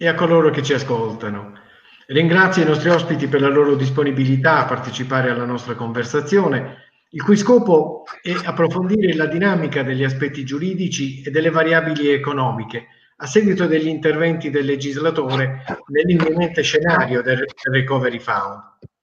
e a coloro che ci ascoltano. Ringrazio i nostri ospiti per la loro disponibilità a partecipare alla nostra conversazione, il cui scopo è approfondire la dinamica degli aspetti giuridici e delle variabili economiche a seguito degli interventi del legislatore nell'imminente scenario del Recovery Fund.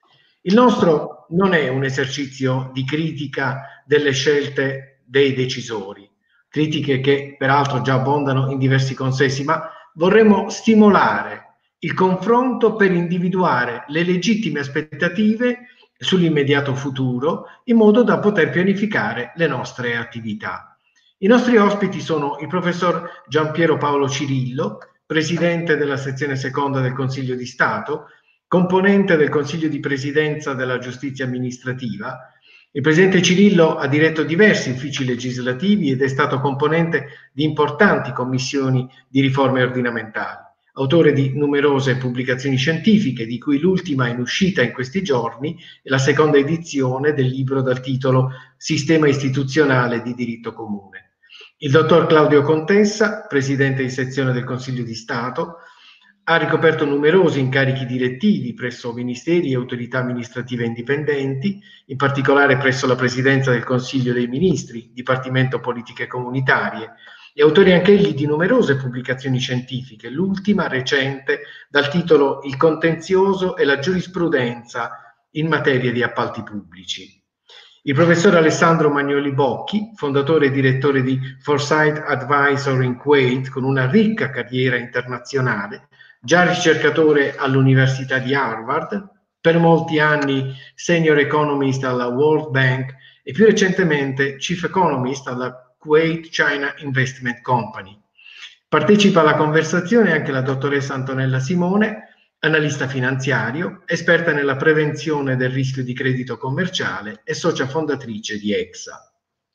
Il nostro non è un esercizio di critica delle scelte dei decisori, critiche che peraltro già abbondano in diversi consessi, ma vorremmo stimolare il confronto per individuare le legittime aspettative sull'immediato futuro in modo da poter pianificare le nostre attività. I nostri ospiti sono il professor Giampiero Paolo Cirillo, presidente della sezione seconda del Consiglio di Stato, componente del Consiglio di Presidenza della Giustizia Amministrativa. Il presidente Cirillo ha diretto diversi uffici legislativi ed è stato componente di importanti commissioni di riforme ordinamentali, autore di numerose pubblicazioni scientifiche, di cui l'ultima in uscita in questi giorni è la seconda edizione del libro dal titolo Sistema istituzionale di diritto comune. Il dottor Claudio Contessa, presidente di sezione del Consiglio di Stato, ha ricoperto numerosi incarichi direttivi presso ministeri e autorità amministrative indipendenti, in particolare presso la Presidenza del Consiglio dei Ministri, Dipartimento Politiche Comunitarie, e autori anch'egli di numerose pubblicazioni scientifiche, l'ultima recente dal titolo Il contenzioso e la giurisprudenza in materia di appalti pubblici. Il professor Alessandro Magnoli Bocchi, fondatore e direttore di Foresight Advisor in Kuwait, con una ricca carriera internazionale, già ricercatore all'Università di Harvard, per molti anni senior economist alla World Bank e più recentemente chief economist alla Kuwait China Investment Company. Partecipa alla conversazione anche la dottoressa Antonella Simone, analista finanziario, esperta nella prevenzione del rischio di credito commerciale e socia fondatrice di EXA.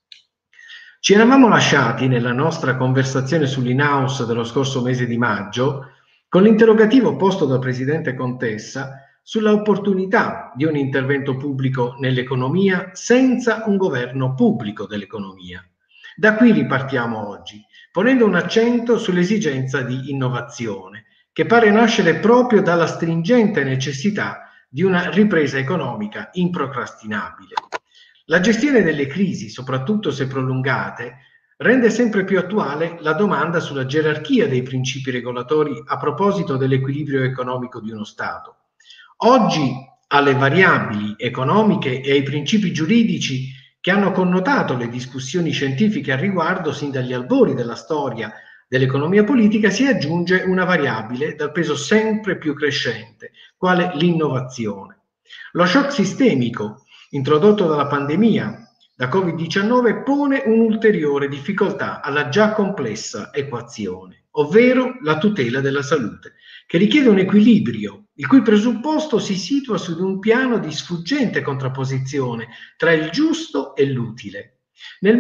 Ci eravamo lasciati nella nostra conversazione sull'in-house dello scorso mese di maggio con l'interrogativo posto dal presidente Contessa sulla opportunità di un intervento pubblico nell'economia senza un governo pubblico dell'economia. Da qui ripartiamo oggi, ponendo un accento sull'esigenza di innovazione, che pare nascere proprio dalla stringente necessità di una ripresa economica improcrastinabile. La gestione delle crisi, soprattutto se prolungate, rende sempre più attuale la domanda sulla gerarchia dei principi regolatori a proposito dell'equilibrio economico di uno Stato. Oggi alle variabili economiche e ai principi giuridici che hanno connotato le discussioni scientifiche al riguardo sin dagli albori della storia dell'economia politica si aggiunge una variabile dal peso sempre più crescente, quale l'innovazione. Lo shock sistemico introdotto dalla pandemia da Covid-19 pone un'ulteriore difficoltà alla già complessa equazione, ovvero la tutela della salute, che richiede un equilibrio, il cui presupposto si situa su un piano di sfuggente contrapposizione tra il giusto e l'utile. Nel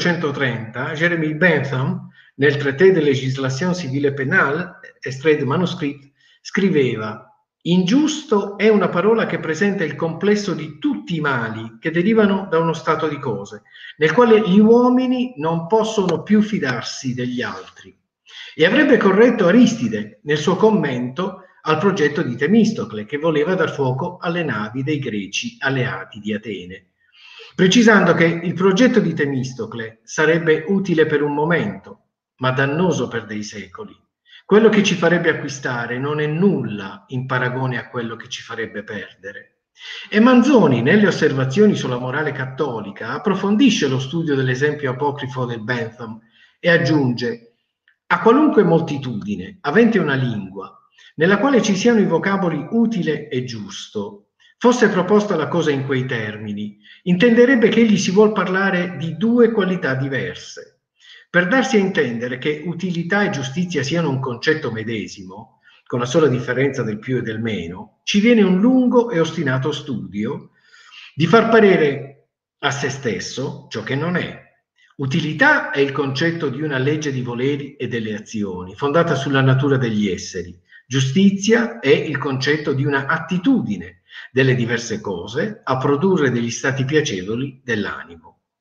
1830 Jeremy Bentham, nel Traité de législation civile pénale, extrait de manuscrit, scriveva: ingiusto è una parola che presenta il complesso di tutti i mali che derivano da uno stato di cose, nel quale gli uomini non possono più fidarsi degli altri. E avrebbe corretto Aristide nel suo commento al progetto di Temistocle, che voleva dar fuoco alle navi dei greci alleati di Atene, precisando che il progetto di Temistocle sarebbe utile per un momento, ma dannoso per dei secoli. Quello che ci farebbe acquistare non è nulla in paragone a quello che ci farebbe perdere. E Manzoni, nelle osservazioni sulla morale cattolica, approfondisce lo studio dell'esempio apocrifo del Bentham e aggiunge: a qualunque moltitudine avente una lingua nella quale ci siano i vocaboli utile e giusto, fosse proposta la cosa in quei termini, intenderebbe che egli si vuol parlare di due qualità diverse. Per darsi a intendere che utilità e giustizia siano un concetto medesimo, con la sola differenza del più e del meno, ci viene un lungo e ostinato studio di far parere a se stesso ciò che non è. Utilità è il concetto di una legge di voleri e delle azioni, fondata sulla natura degli esseri. Giustizia è il concetto di una attitudine delle diverse cose a produrre degli stati piacevoli dell'animo.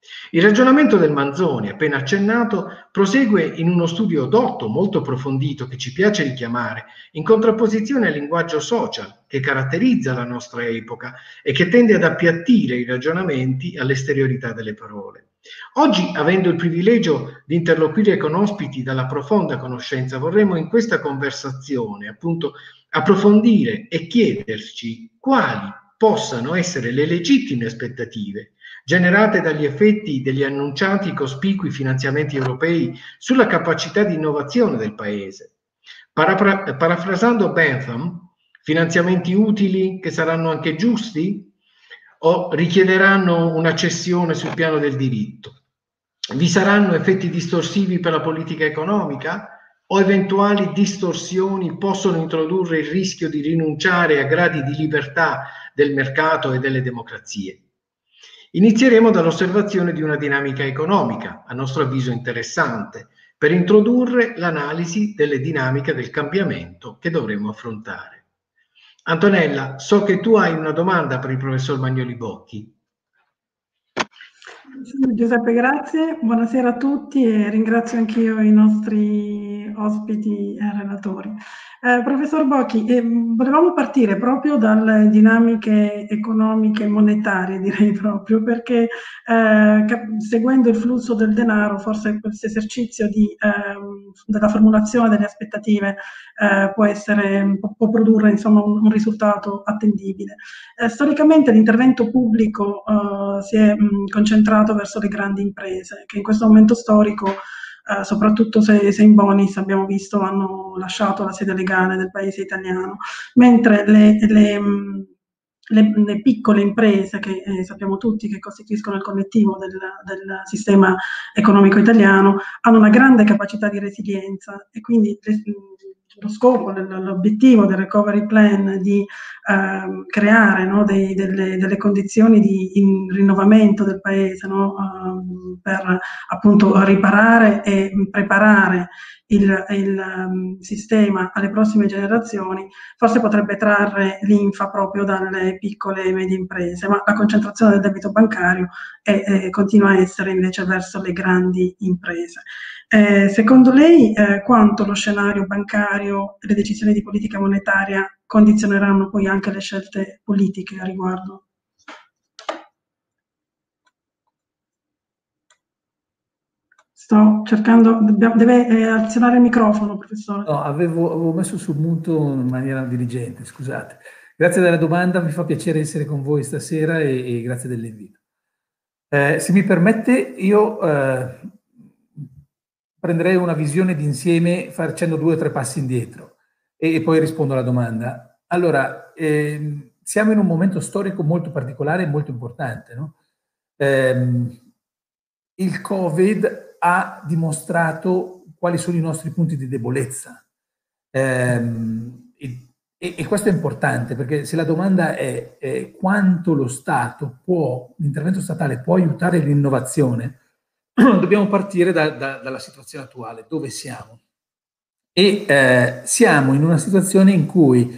Il ragionamento del Manzoni, appena accennato, prosegue in uno studio dotto, molto approfondito, che ci piace richiamare, in contrapposizione al linguaggio social che caratterizza la nostra epoca e che tende ad appiattire i ragionamenti all'esteriorità delle parole. Oggi, avendo il privilegio di interloquire con ospiti dalla profonda conoscenza, vorremmo in questa conversazione, appunto, approfondire e chiederci quali possano essere le legittime aspettative generate dagli effetti degli annunciati cospicui finanziamenti europei sulla capacità di innovazione del Paese. Parafrasando Bentham, finanziamenti utili che saranno anche giusti o richiederanno una cessione sul piano del diritto? Vi saranno effetti distorsivi per la politica economica? O eventuali distorsioni possono introdurre il rischio di rinunciare a gradi di libertà del mercato e delle democrazie? Inizieremo dall'osservazione di una dinamica economica, a nostro avviso interessante, per introdurre l'analisi delle dinamiche del cambiamento che dovremo affrontare. Antonella, so che tu hai una domanda per il professor Magnoli Bocchi. Giuseppe, grazie. Buonasera a tutti e ringrazio anch'io i nostri ospiti e relatori. Professor Bocchi, volevamo partire proprio dalle dinamiche economiche e monetarie, direi proprio, perché seguendo il flusso del denaro, forse questo esercizio della formulazione delle aspettative può produrre insomma un risultato attendibile. Storicamente l'intervento pubblico si è concentrato verso le grandi imprese, che in questo momento storico, soprattutto se in bonis, abbiamo visto, hanno lasciato la sede legale del paese italiano, mentre le piccole imprese, che sappiamo tutti che costituiscono il collettivo del sistema economico italiano, hanno una grande capacità di resilienza e quindi lo scopo, l'obiettivo del recovery plan di creare, no, delle condizioni di rinnovamento del paese, no, per appunto riparare e preparare il sistema alle prossime generazioni, forse potrebbe trarre linfa proprio dalle piccole e medie imprese, ma la concentrazione del debito bancario continua a essere invece verso le grandi imprese. Secondo lei quanto lo scenario bancario e le decisioni di politica monetaria condizioneranno poi anche le scelte politiche a riguardo? Sto cercando, deve azionare il microfono, professore. No, avevo messo sul muto in maniera diligente, scusate. Grazie della domanda, mi fa piacere essere con voi stasera e grazie dell'invito. Se mi permette, io prenderei una visione d'insieme facendo 2 o 3 passi indietro e poi rispondo alla domanda. Allora, siamo in un momento storico molto particolare e molto importante, no? Il Covid ha dimostrato quali sono i nostri punti di debolezza. E questo è importante, perché se la domanda è quanto lo Stato l'intervento statale può aiutare l'innovazione, dobbiamo partire dalla situazione attuale, dove siamo. E siamo in una situazione in cui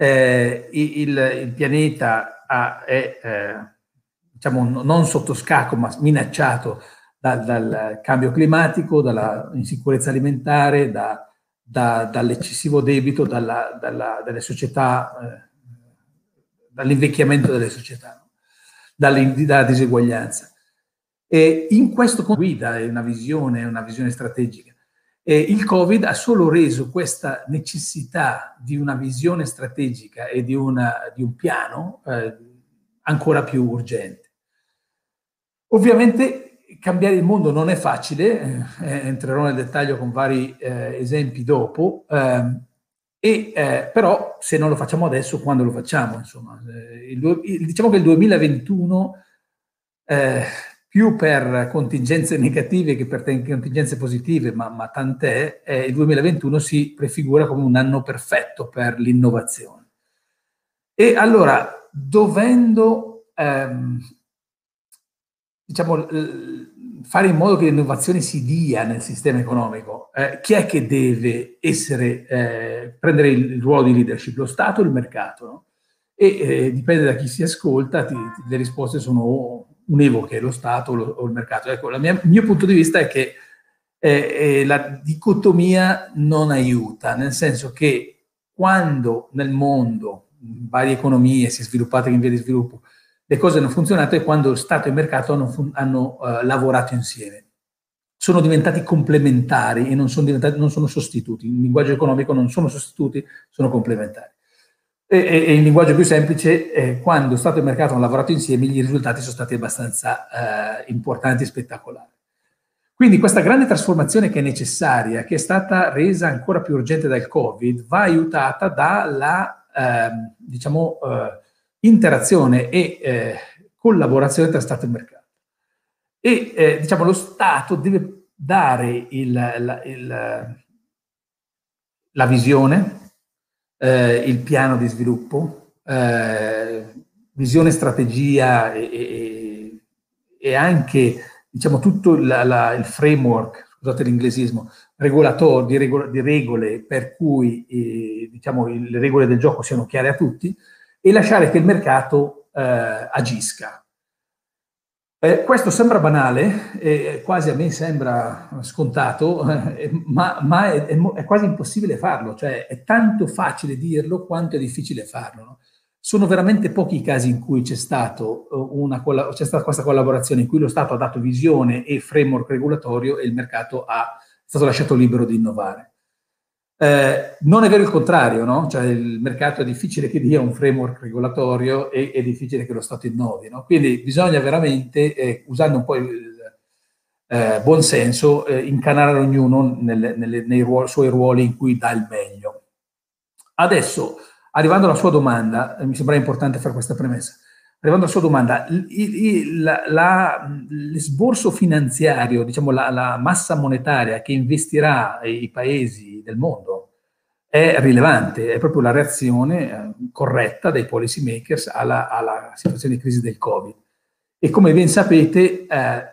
il pianeta è diciamo, non sotto scacco, ma minacciato dal cambio climatico, dalla insicurezza alimentare, dall'eccessivo debito, dalle società, dall'invecchiamento delle società, dalla diseguaglianza. E in questo guida è una visione strategica. E il Covid ha solo reso questa necessità di una visione strategica e di un piano ancora più urgente. Ovviamente cambiare il mondo non è facile, entrerò nel dettaglio con vari esempi dopo, però se non lo facciamo adesso, quando lo facciamo? Insomma, diciamo che il 2021, più per contingenze negative che per contingenze positive, ma tant'è, il 2021 si prefigura come un anno perfetto per l'innovazione. E allora, dovendo diciamo, fare in modo che l'innovazione si dia nel sistema economico, chi è che deve prendere il ruolo di leadership? Lo Stato o il mercato? No? E dipende da chi si ascolta, le risposte sono univoche, lo Stato o il mercato. Ecco, il mio punto di vista è che la dicotomia non aiuta, nel senso che quando nel mondo, in varie economie, sia sviluppate che in via di sviluppo, le cose hanno funzionato è quando Stato e mercato hanno lavorato insieme. Sono diventati complementari e non sono sostituti. In linguaggio economico non sono sostituti, sono complementari. E in linguaggio più semplice, quando Stato e mercato hanno lavorato insieme, i risultati sono stati abbastanza importanti e spettacolari. Quindi questa grande trasformazione che è necessaria, che è stata resa ancora più urgente dal Covid, va aiutata dalla interazione e collaborazione tra Stato e mercato. E lo Stato deve dare la visione, il piano di sviluppo, visione, strategia e anche tutto il framework, scusate l'inglesismo, di regole per cui le regole del gioco siano chiare a tutti e lasciare che il mercato agisca. Questo sembra banale, quasi a me sembra scontato, ma è quasi impossibile farlo, cioè è tanto facile dirlo quanto è difficile farlo, no? Sono veramente pochi i casi in cui c'è stata questa collaborazione, in cui lo Stato ha dato visione e framework regolatorio e il mercato è stato lasciato libero di innovare. Non è vero il contrario, no? Cioè il mercato è difficile che dia un framework regolatorio e è difficile che lo Stato innovi, no? Quindi bisogna veramente, usando un po' il buon senso, incanalare ognuno nei suoi ruoli in cui dà il meglio. Adesso, arrivando alla sua domanda, mi sembra importante fare questa premessa. Arrivando alla sua domanda, l'esborso finanziario, la massa monetaria che investirà i paesi del mondo è rilevante, è proprio la reazione corretta dei policy makers alla situazione di crisi del Covid. E come ben sapete,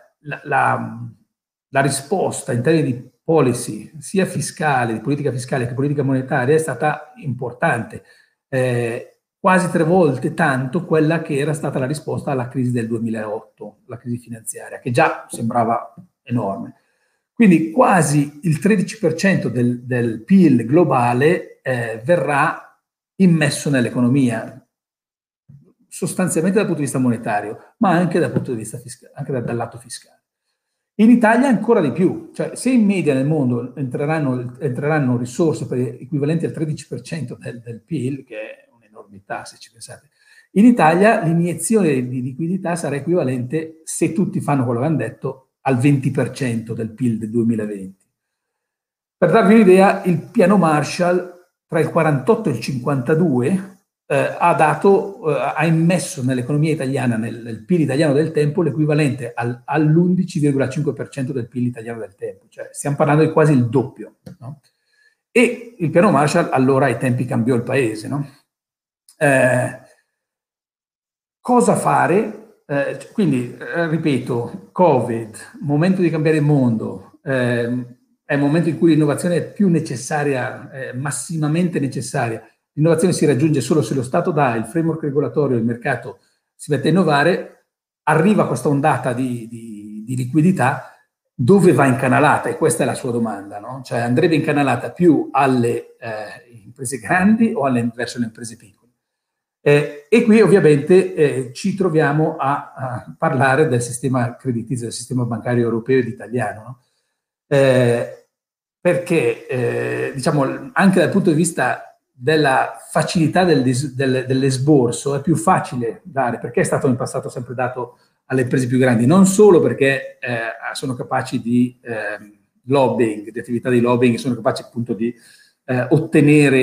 la risposta in termini di policy, sia fiscale, di politica fiscale che politica monetaria, è stata importante. Quasi 3 volte tanto quella che era stata la risposta alla crisi del 2008, la crisi finanziaria, che già sembrava enorme. Quindi quasi il 13% del PIL globale verrà immesso nell'economia, sostanzialmente dal punto di vista monetario, ma anche dal punto di vista fiscale, anche dal lato fiscale. In Italia ancora di più, cioè se in media nel mondo entreranno risorse equivalenti al 13% del PIL, che è un'enormità se ci pensate, in Italia l'iniezione di liquidità sarà equivalente, se tutti fanno quello che hanno detto, al 20% del PIL del 2020. Per darvi un'idea, il piano Marshall tra il 48 e il 52 ha immesso nell'economia italiana, nel PIL italiano del tempo, l'equivalente all'11,5% del PIL italiano del tempo, cioè stiamo parlando di quasi il doppio, no? E il piano Marshall allora ai tempi cambiò il paese, no? Cosa fare? Quindi, ripeto, Covid, momento di cambiare il mondo, è il momento in cui l'innovazione è più necessaria, massimamente necessaria. L'innovazione si raggiunge solo se lo Stato dà il framework regolatorio, il mercato si mette a innovare, arriva questa ondata di liquidità, dove va incanalata? E questa è la sua domanda, no? Cioè andrebbe incanalata più alle imprese grandi o verso le imprese piccole? E qui ovviamente ci troviamo a parlare del sistema creditizio, del sistema bancario europeo ed italiano, no? Perché anche dal punto di vista della facilità dell'esborso è più facile dare, perché è stato in passato sempre dato alle imprese più grandi, non solo perché sono capaci di lobbying, di attività di lobbying, sono capaci appunto di ottenere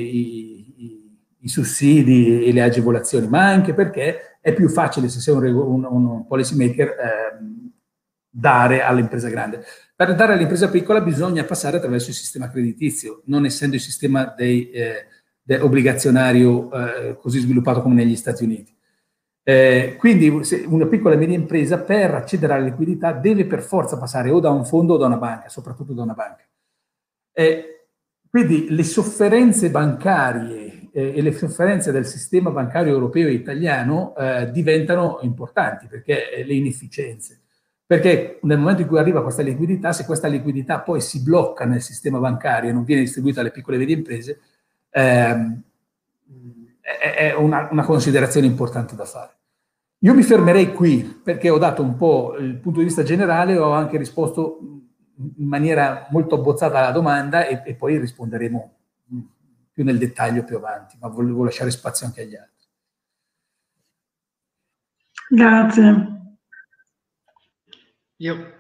i sussidi e le agevolazioni, ma anche perché è più facile, se sei un policy maker, dare all'impresa grande. Per dare all'impresa piccola bisogna passare attraverso il sistema creditizio, non essendo il sistema obbligazionario così sviluppato come negli Stati Uniti. Quindi una piccola e media impresa, per accedere alla liquidità, deve per forza passare o da un fondo o da una banca, soprattutto da una banca. Quindi le sofferenze bancarie e le sofferenze del sistema bancario europeo e italiano diventano importanti, perché le inefficienze. Perché nel momento in cui arriva questa liquidità, se questa liquidità poi si blocca nel sistema bancario e non viene distribuita alle piccole e medie imprese, è una considerazione importante da fare. Io mi fermerei qui perché ho dato un po' il punto di vista generale, ho anche risposto in maniera molto abbozzata alla domanda e poi risponderemo più nel dettaglio più avanti, ma volevo lasciare spazio anche agli altri. Grazie. Io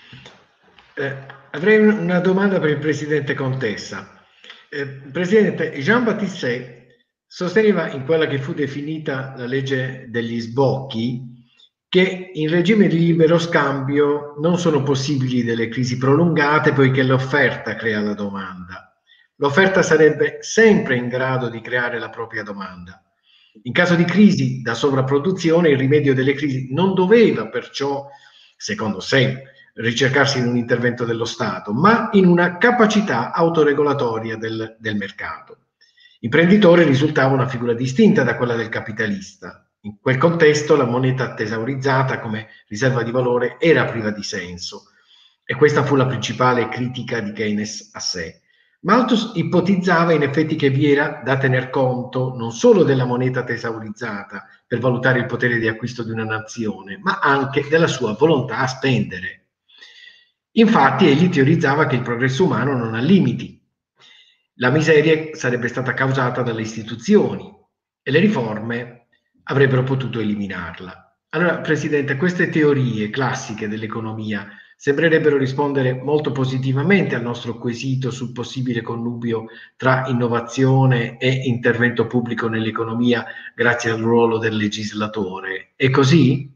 avrei una domanda per il Presidente Contessa. Presidente, Jean-Baptiste Say sosteneva in quella che fu definita la legge degli sbocchi che in regime di libero scambio non sono possibili delle crisi prolungate poiché l'offerta crea la domanda. L'offerta sarebbe sempre in grado di creare la propria domanda. In caso di crisi da sovrapproduzione, il rimedio delle crisi non doveva perciò, secondo Say, ricercarsi in un intervento dello Stato, ma in una capacità autoregolatoria del mercato. Imprenditore risultava una figura distinta da quella del capitalista. In quel contesto la moneta tesaurizzata come riserva di valore era priva di senso e questa fu la principale critica di Keynes a sé. Malthus ipotizzava in effetti che vi era da tener conto non solo della moneta tesaurizzata per valutare il potere di acquisto di una nazione, ma anche della sua volontà a spendere. Infatti egli teorizzava che il progresso umano non ha limiti. La miseria sarebbe stata causata dalle istituzioni e le riforme avrebbero potuto eliminarla. Allora, Presidente, queste teorie classiche dell'economia sembrerebbero rispondere molto positivamente al nostro quesito sul possibile connubio tra innovazione e intervento pubblico nell'economia grazie al ruolo del legislatore. È così?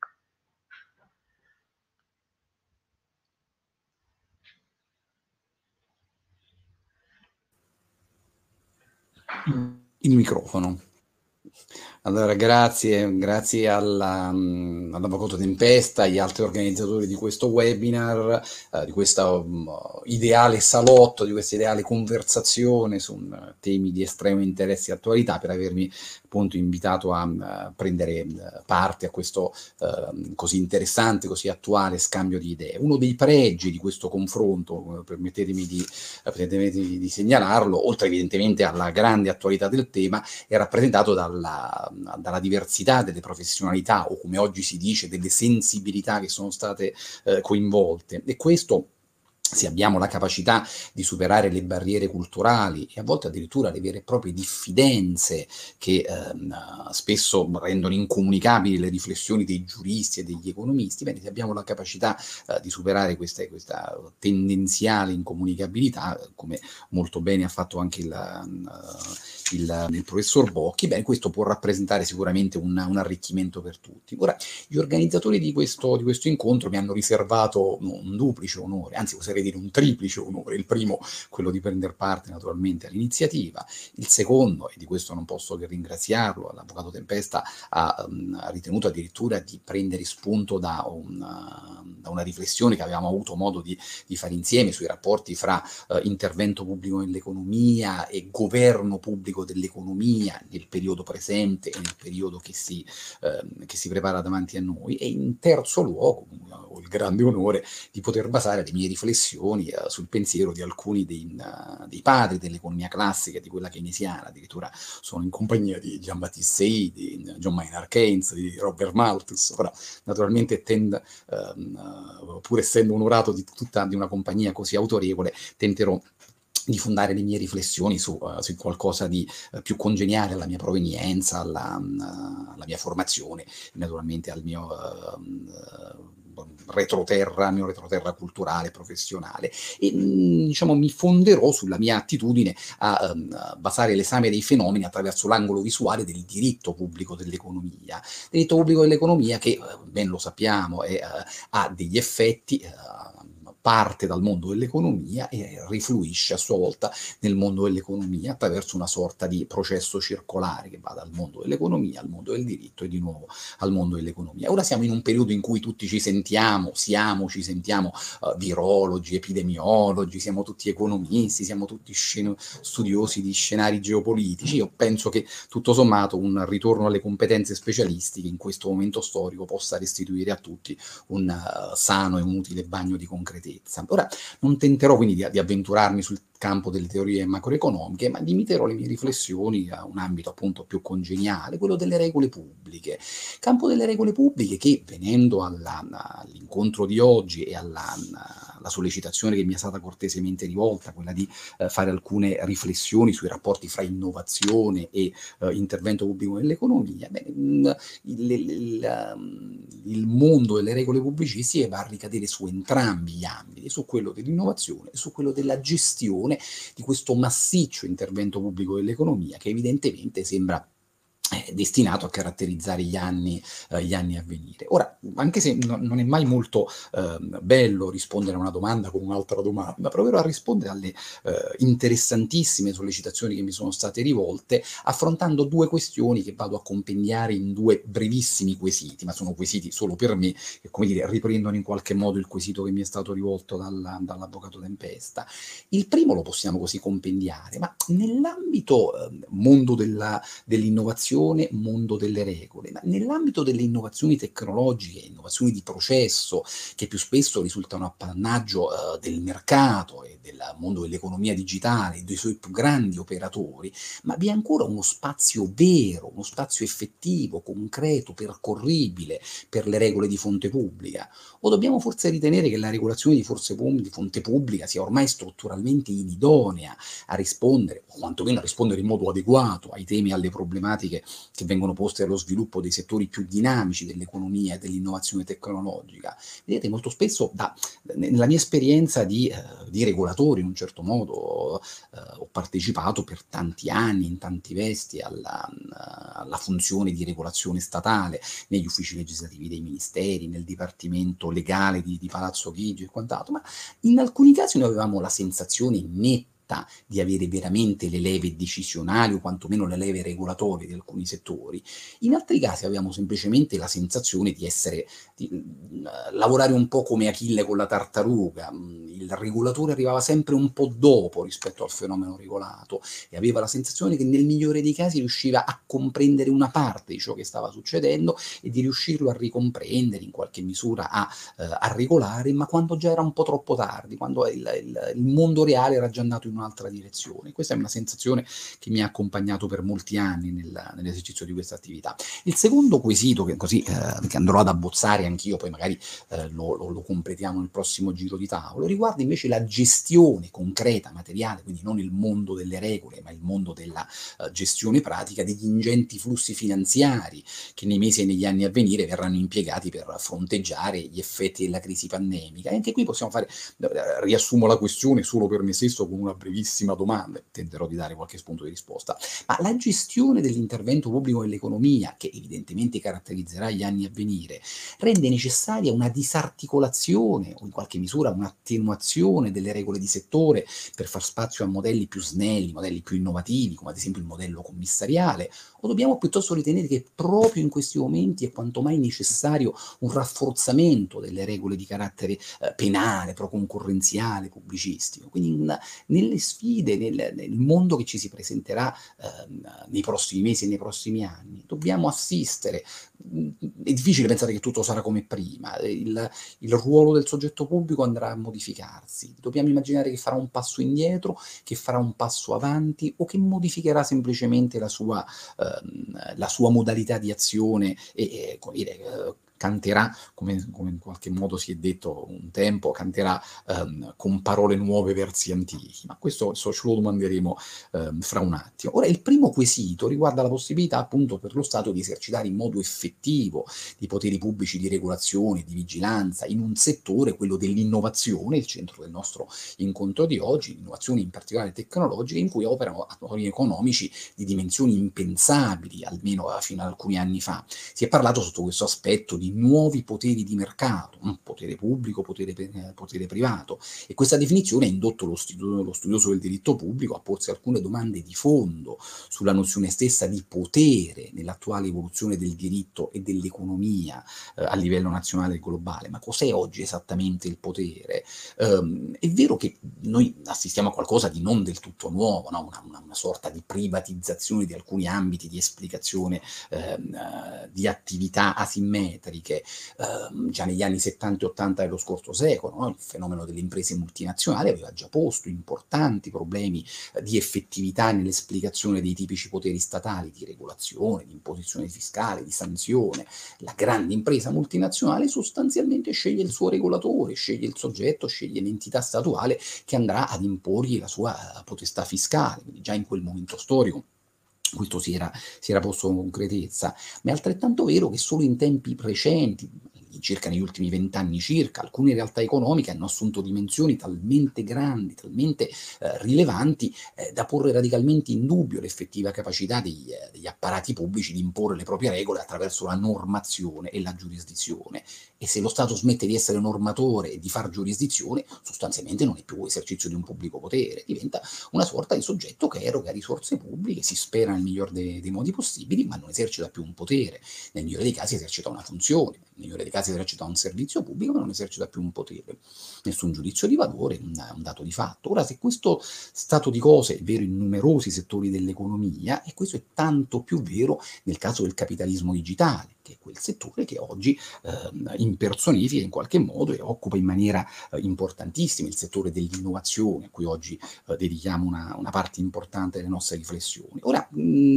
Il microfono. Allora, grazie all'Avvocato Tempesta, agli altri organizzatori di questo webinar, di questo ideale salotto, di questa ideale conversazione su temi di estremo interesse e attualità, per avermi appunto invitato a prendere parte a questo così interessante, così attuale scambio di idee. Uno dei pregi di questo confronto, permettetemi di segnalarlo, oltre evidentemente alla grande attualità del tema, è rappresentato dalla diversità delle professionalità, o come oggi si dice, delle sensibilità che sono state coinvolte. E questo, se abbiamo la capacità di superare le barriere culturali e a volte addirittura le vere e proprie diffidenze che spesso rendono incomunicabili le riflessioni dei giuristi e degli economisti, bene, se abbiamo la capacità di superare questa tendenziale incomunicabilità, come molto bene ha fatto anche il professor Bocchi, bene, questo può rappresentare sicuramente un arricchimento per tutti. Ora, gli organizzatori di questo incontro mi hanno riservato un duplice onore, anzi oserei dire un triplice onore. Il primo, quello di prendere parte naturalmente all'iniziativa; il secondo, e di questo non posso che ringraziarlo, l'Avvocato Tempesta ha ritenuto addirittura di prendere spunto da una riflessione che avevamo avuto modo di fare insieme sui rapporti fra intervento pubblico nell'economia e governo pubblico dell'economia nel periodo presente e nel periodo che si prepara davanti a noi. E in terzo luogo ho il grande onore di poter basare le mie riflessioni sul pensiero di alcuni dei padri dell'economia classica, di quella keynesiana. Addirittura sono in compagnia di Jean-Baptiste Say, di John Maynard Keynes, di Robert Malthus. Però naturalmente pur essendo onorato di una compagnia così autorevole, tenterò di fondare le mie riflessioni su qualcosa di più congeniale alla mia provenienza, alla mia formazione, naturalmente al mio retroterra culturale, professionale, e mi fonderò sulla mia attitudine a basare l'esame dei fenomeni attraverso l'angolo visuale del diritto pubblico dell'economia. Diritto pubblico dell'economia che, ben lo sappiamo, ha degli effetti parte dal mondo dell'economia e rifluisce a sua volta nel mondo dell'economia attraverso una sorta di processo circolare che va dal mondo dell'economia al mondo del diritto e di nuovo al mondo dell'economia. Ora siamo in un periodo in cui tutti ci sentiamo virologi, epidemiologi, siamo tutti economisti, siamo tutti studiosi di scenari geopolitici. Io penso che tutto sommato un ritorno alle competenze specialistiche in questo momento storico possa restituire a tutti un sano e un utile bagno di concretezza. Ora non tenterò quindi di avventurarmi sul campo delle teorie macroeconomiche, ma limiterò le mie riflessioni a un ambito appunto più congeniale, quello delle regole pubbliche. Campo delle regole pubbliche che, venendo all'incontro di oggi e alla sollecitazione che mi è stata cortesemente rivolta, quella di fare alcune riflessioni sui rapporti fra innovazione e intervento pubblico nell'economia, il mondo delle regole pubblicistiche va a ricadere su entrambi gli ambiti, su quello dell'innovazione e su quello della gestione di questo massiccio intervento pubblico dell'economia che evidentemente sembra destinato a caratterizzare gli anni a venire. Ora, anche se non è mai molto bello rispondere a una domanda con un'altra domanda, proverò a rispondere alle interessantissime sollecitazioni che mi sono state rivolte, affrontando due questioni che vado a compendiare in due brevissimi quesiti, ma sono quesiti solo per me, che, come dire, riprendono in qualche modo il quesito che mi è stato rivolto dall'avvocato Tempesta. Il primo lo possiamo così compendiare, ma nell'ambito mondo dell'innovazione, mondo delle regole, ma nell'ambito delle innovazioni tecnologiche, innovazioni di processo, che più spesso risultano appannaggio del mercato e del mondo dell'economia digitale, dei suoi più grandi operatori, ma vi è ancora uno spazio vero, uno spazio effettivo, concreto, percorribile per le regole di fonte pubblica? O dobbiamo forse ritenere che la regolazione di fonte pubblica sia ormai strutturalmente inidonea a rispondere, o quantomeno a rispondere in modo adeguato ai temi e alle problematiche che vengono poste allo sviluppo dei settori più dinamici dell'economia e dell'innovazione tecnologica? Vedete, molto spesso nella mia esperienza di regolatore, in un certo modo, ho partecipato per tanti anni, in tanti vesti, alla funzione di regolazione statale negli uffici legislativi dei ministeri, nel dipartimento legale di Palazzo Chigi e quant'altro, ma in alcuni casi noi avevamo la sensazione netta di avere veramente le leve decisionali o quantomeno le leve regolatorie di alcuni settori. In altri casi avevamo semplicemente la sensazione di lavorare un po' come Achille con la tartaruga. Il regolatore arrivava sempre un po' dopo rispetto al fenomeno regolato e aveva la sensazione che nel migliore dei casi riusciva a comprendere una parte di ciò che stava succedendo e di riuscirlo a ricomprendere, in qualche misura a regolare, ma quando già era un po' troppo tardi, quando il mondo reale era già andato in un'altra direzione. Questa è una sensazione che mi ha accompagnato per molti anni nell'esercizio di questa attività. Il secondo quesito, che andrò ad abbozzare anch'io, poi magari lo completiamo nel prossimo giro di tavolo, riguarda invece la gestione concreta, materiale, quindi non il mondo delle regole, ma il mondo della gestione pratica degli ingenti flussi finanziari che nei mesi e negli anni a venire verranno impiegati per fronteggiare gli effetti della crisi pandemica. E anche qui possiamo riassumo la questione solo per me stesso con una brevissima domanda, tenterò di dare qualche spunto di risposta. Ma la gestione dell'intervento pubblico nell'economia, che evidentemente caratterizzerà gli anni a venire, rende necessaria una disarticolazione o in qualche misura un'attenuazione delle regole di settore per far spazio a modelli più snelli, modelli più innovativi, come ad esempio il modello commissariale, o dobbiamo piuttosto ritenere che proprio in questi momenti è quanto mai necessario un rafforzamento delle regole di carattere penale, pro-concorrenziale, pubblicistico? Quindi nelle sfide, nel mondo che ci si presenterà nei prossimi mesi e nei prossimi anni, dobbiamo assistere. È difficile pensare che tutto sarà come prima, il ruolo del soggetto pubblico andrà a modificarsi, dobbiamo immaginare che farà un passo indietro, che farà un passo avanti o che modificherà semplicemente la sua modalità di azione e canterà, come in qualche modo si è detto un tempo, canterà con parole nuove versi antichi, ma questo ce lo domanderemo fra un attimo. Ora, il primo quesito riguarda la possibilità appunto per lo Stato di esercitare in modo effettivo i poteri pubblici di regolazione, di vigilanza in un settore, quello dell'innovazione, il centro del nostro incontro di oggi, l'innovazione in particolare tecnologica, in cui operano attori economici di dimensioni impensabili, almeno fino ad alcuni anni fa. Si è parlato sotto questo aspetto di nuovi poteri di mercato, potere pubblico, potere privato, e questa definizione ha indotto lo studioso del diritto pubblico a porsi alcune domande di fondo sulla nozione stessa di potere nell'attuale evoluzione del diritto e dell'economia a livello nazionale e globale. Ma cos'è oggi esattamente il potere? È vero che noi assistiamo a qualcosa di non del tutto nuovo, no? una sorta di privatizzazione di alcuni ambiti di esplicazione di attività asimmetriche già negli anni 70 e 80 dello scorso secolo, no? Il fenomeno delle imprese multinazionali aveva già posto importanti problemi di effettività nell'esplicazione dei tipici poteri statali, di regolazione, di imposizione fiscale, di sanzione. La grande impresa multinazionale sostanzialmente sceglie il suo regolatore, sceglie il soggetto, sceglie l'entità statuale che andrà ad imporgli la sua potestà fiscale. Quindi già in quel momento storico questo si era posto con concretezza, ma è altrettanto vero che solo in tempi recenti, circa negli ultimi 20 anni circa, alcune realtà economiche hanno assunto dimensioni talmente grandi, talmente rilevanti da porre radicalmente in dubbio l'effettiva capacità degli apparati pubblici di imporre le proprie regole attraverso la normazione e la giurisdizione. E se lo Stato smette di essere normatore e di far giurisdizione, sostanzialmente non è più esercizio di un pubblico potere, diventa una sorta di soggetto che eroga risorse pubbliche, si spera nel miglior dei modi possibili, ma non esercita più un potere. Nel migliore dei casi esercita una funzione, nel migliore dei casi esercita un servizio pubblico, ma non esercita più un potere. Nessun giudizio di valore, un dato di fatto. Ora, se questo stato di cose è vero in numerosi settori dell'economia, e questo è tanto più vero nel caso del capitalismo digitale, che è quel settore che oggi impersonifica in qualche modo e occupa in maniera importantissima il settore dell'innovazione, a cui oggi dedichiamo una parte importante delle nostre riflessioni. Ora,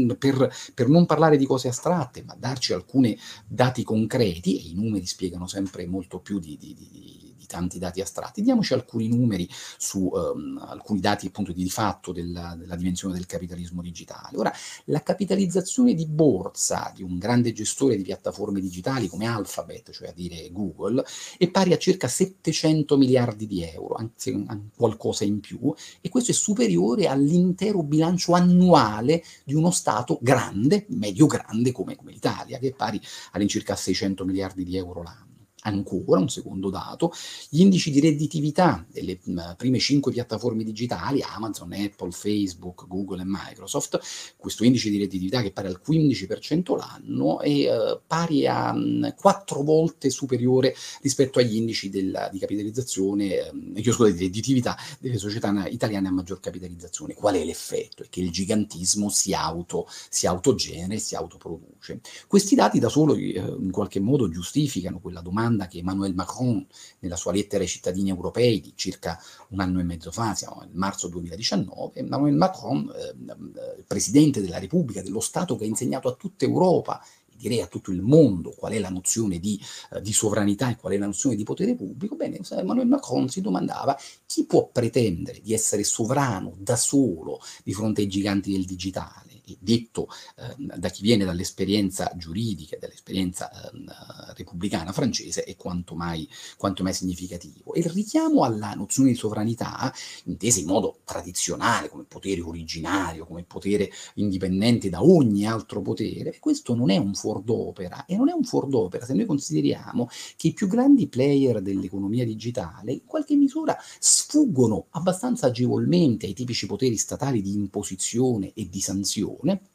per non parlare di cose astratte, ma darci alcuni dati concreti, e i numeri spiegano sempre molto più di tanti dati astratti, diamoci alcuni numeri su alcuni dati appunto di fatto della dimensione del capitalismo digitale. Ora, la capitalizzazione di borsa di un grande gestore di piattaforme digitali come Alphabet, cioè a dire Google, è pari a circa 700 miliardi di euro, anzi qualcosa in più, e questo è superiore all'intero bilancio annuale di uno Stato grande, medio grande come l'Italia, che è pari all'incirca 600 miliardi di euro l'anno. Ancora un secondo dato, gli indici di redditività delle prime 5 piattaforme digitali, Amazon, Apple, Facebook, Google e Microsoft, questo indice di redditività che è pari al 15% l'anno è pari a 4 volte superiore rispetto agli indici di capitalizzazione, di redditività delle società italiane a maggior capitalizzazione. Qual è l'effetto? È che il gigantismo si autogenera e si autoproduce. Questi dati da solo in qualche modo giustificano quella domanda che Emmanuel Macron, nella sua lettera ai cittadini europei di circa un anno e mezzo fa, siamo nel marzo 2019, Emmanuel Macron, presidente della Repubblica, dello Stato che ha insegnato a tutta Europa, direi a tutto il mondo, qual è la nozione di sovranità e qual è la nozione di potere pubblico. Bene, Emmanuel Macron si domandava chi può pretendere di essere sovrano da solo di fronte ai giganti del digitale. E detto da chi viene dall'esperienza giuridica, dall'esperienza repubblicana francese, è quanto mai significativo. E il richiamo alla nozione di sovranità, intesa in modo tradizionale come potere originario, come potere indipendente da ogni altro potere, questo non è un fuor d'opera, e non è un fuor d'opera se noi consideriamo che i più grandi player dell'economia digitale in qualche misura sfuggono abbastanza agevolmente ai tipici poteri statali di imposizione e di sanzione,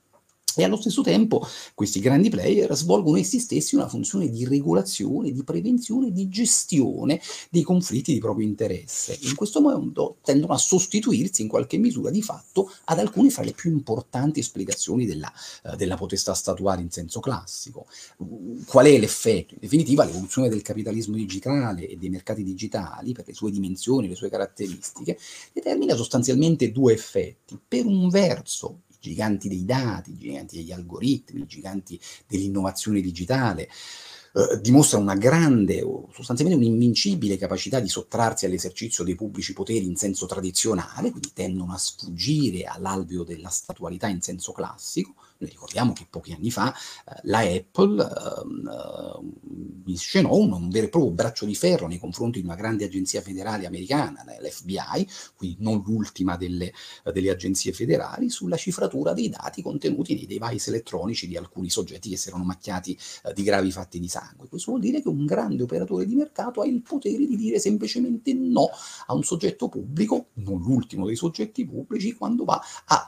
e allo stesso tempo questi grandi player svolgono essi stessi una funzione di regolazione, di prevenzione, di gestione dei conflitti di proprio interesse. In questo modo tendono a sostituirsi in qualche misura di fatto ad alcune fra le più importanti esplicazioni della potestà statuale in senso classico. Qual è l'effetto? In definitiva, l'evoluzione del capitalismo digitale e dei mercati digitali, per le sue dimensioni, le sue caratteristiche, determina sostanzialmente due effetti. Per un verso, giganti dei dati, i giganti degli algoritmi, i giganti dell'innovazione digitale, dimostrano una grande, o sostanzialmente un'invincibile capacità di sottrarsi all'esercizio dei pubblici poteri in senso tradizionale, quindi tendono a sfuggire all'alveo della statualità in senso classico. Noi ricordiamo che pochi anni fa la Apple inscenò un vero e proprio braccio di ferro nei confronti di una grande agenzia federale americana, l'FBI, quindi non l'ultima delle agenzie federali, sulla cifratura dei dati contenuti nei device elettronici di alcuni soggetti che si erano macchiati di gravi fatti di sangue. Questo vuol dire che un grande operatore di mercato ha il potere di dire semplicemente no a un soggetto pubblico, non l'ultimo dei soggetti pubblici, quando va a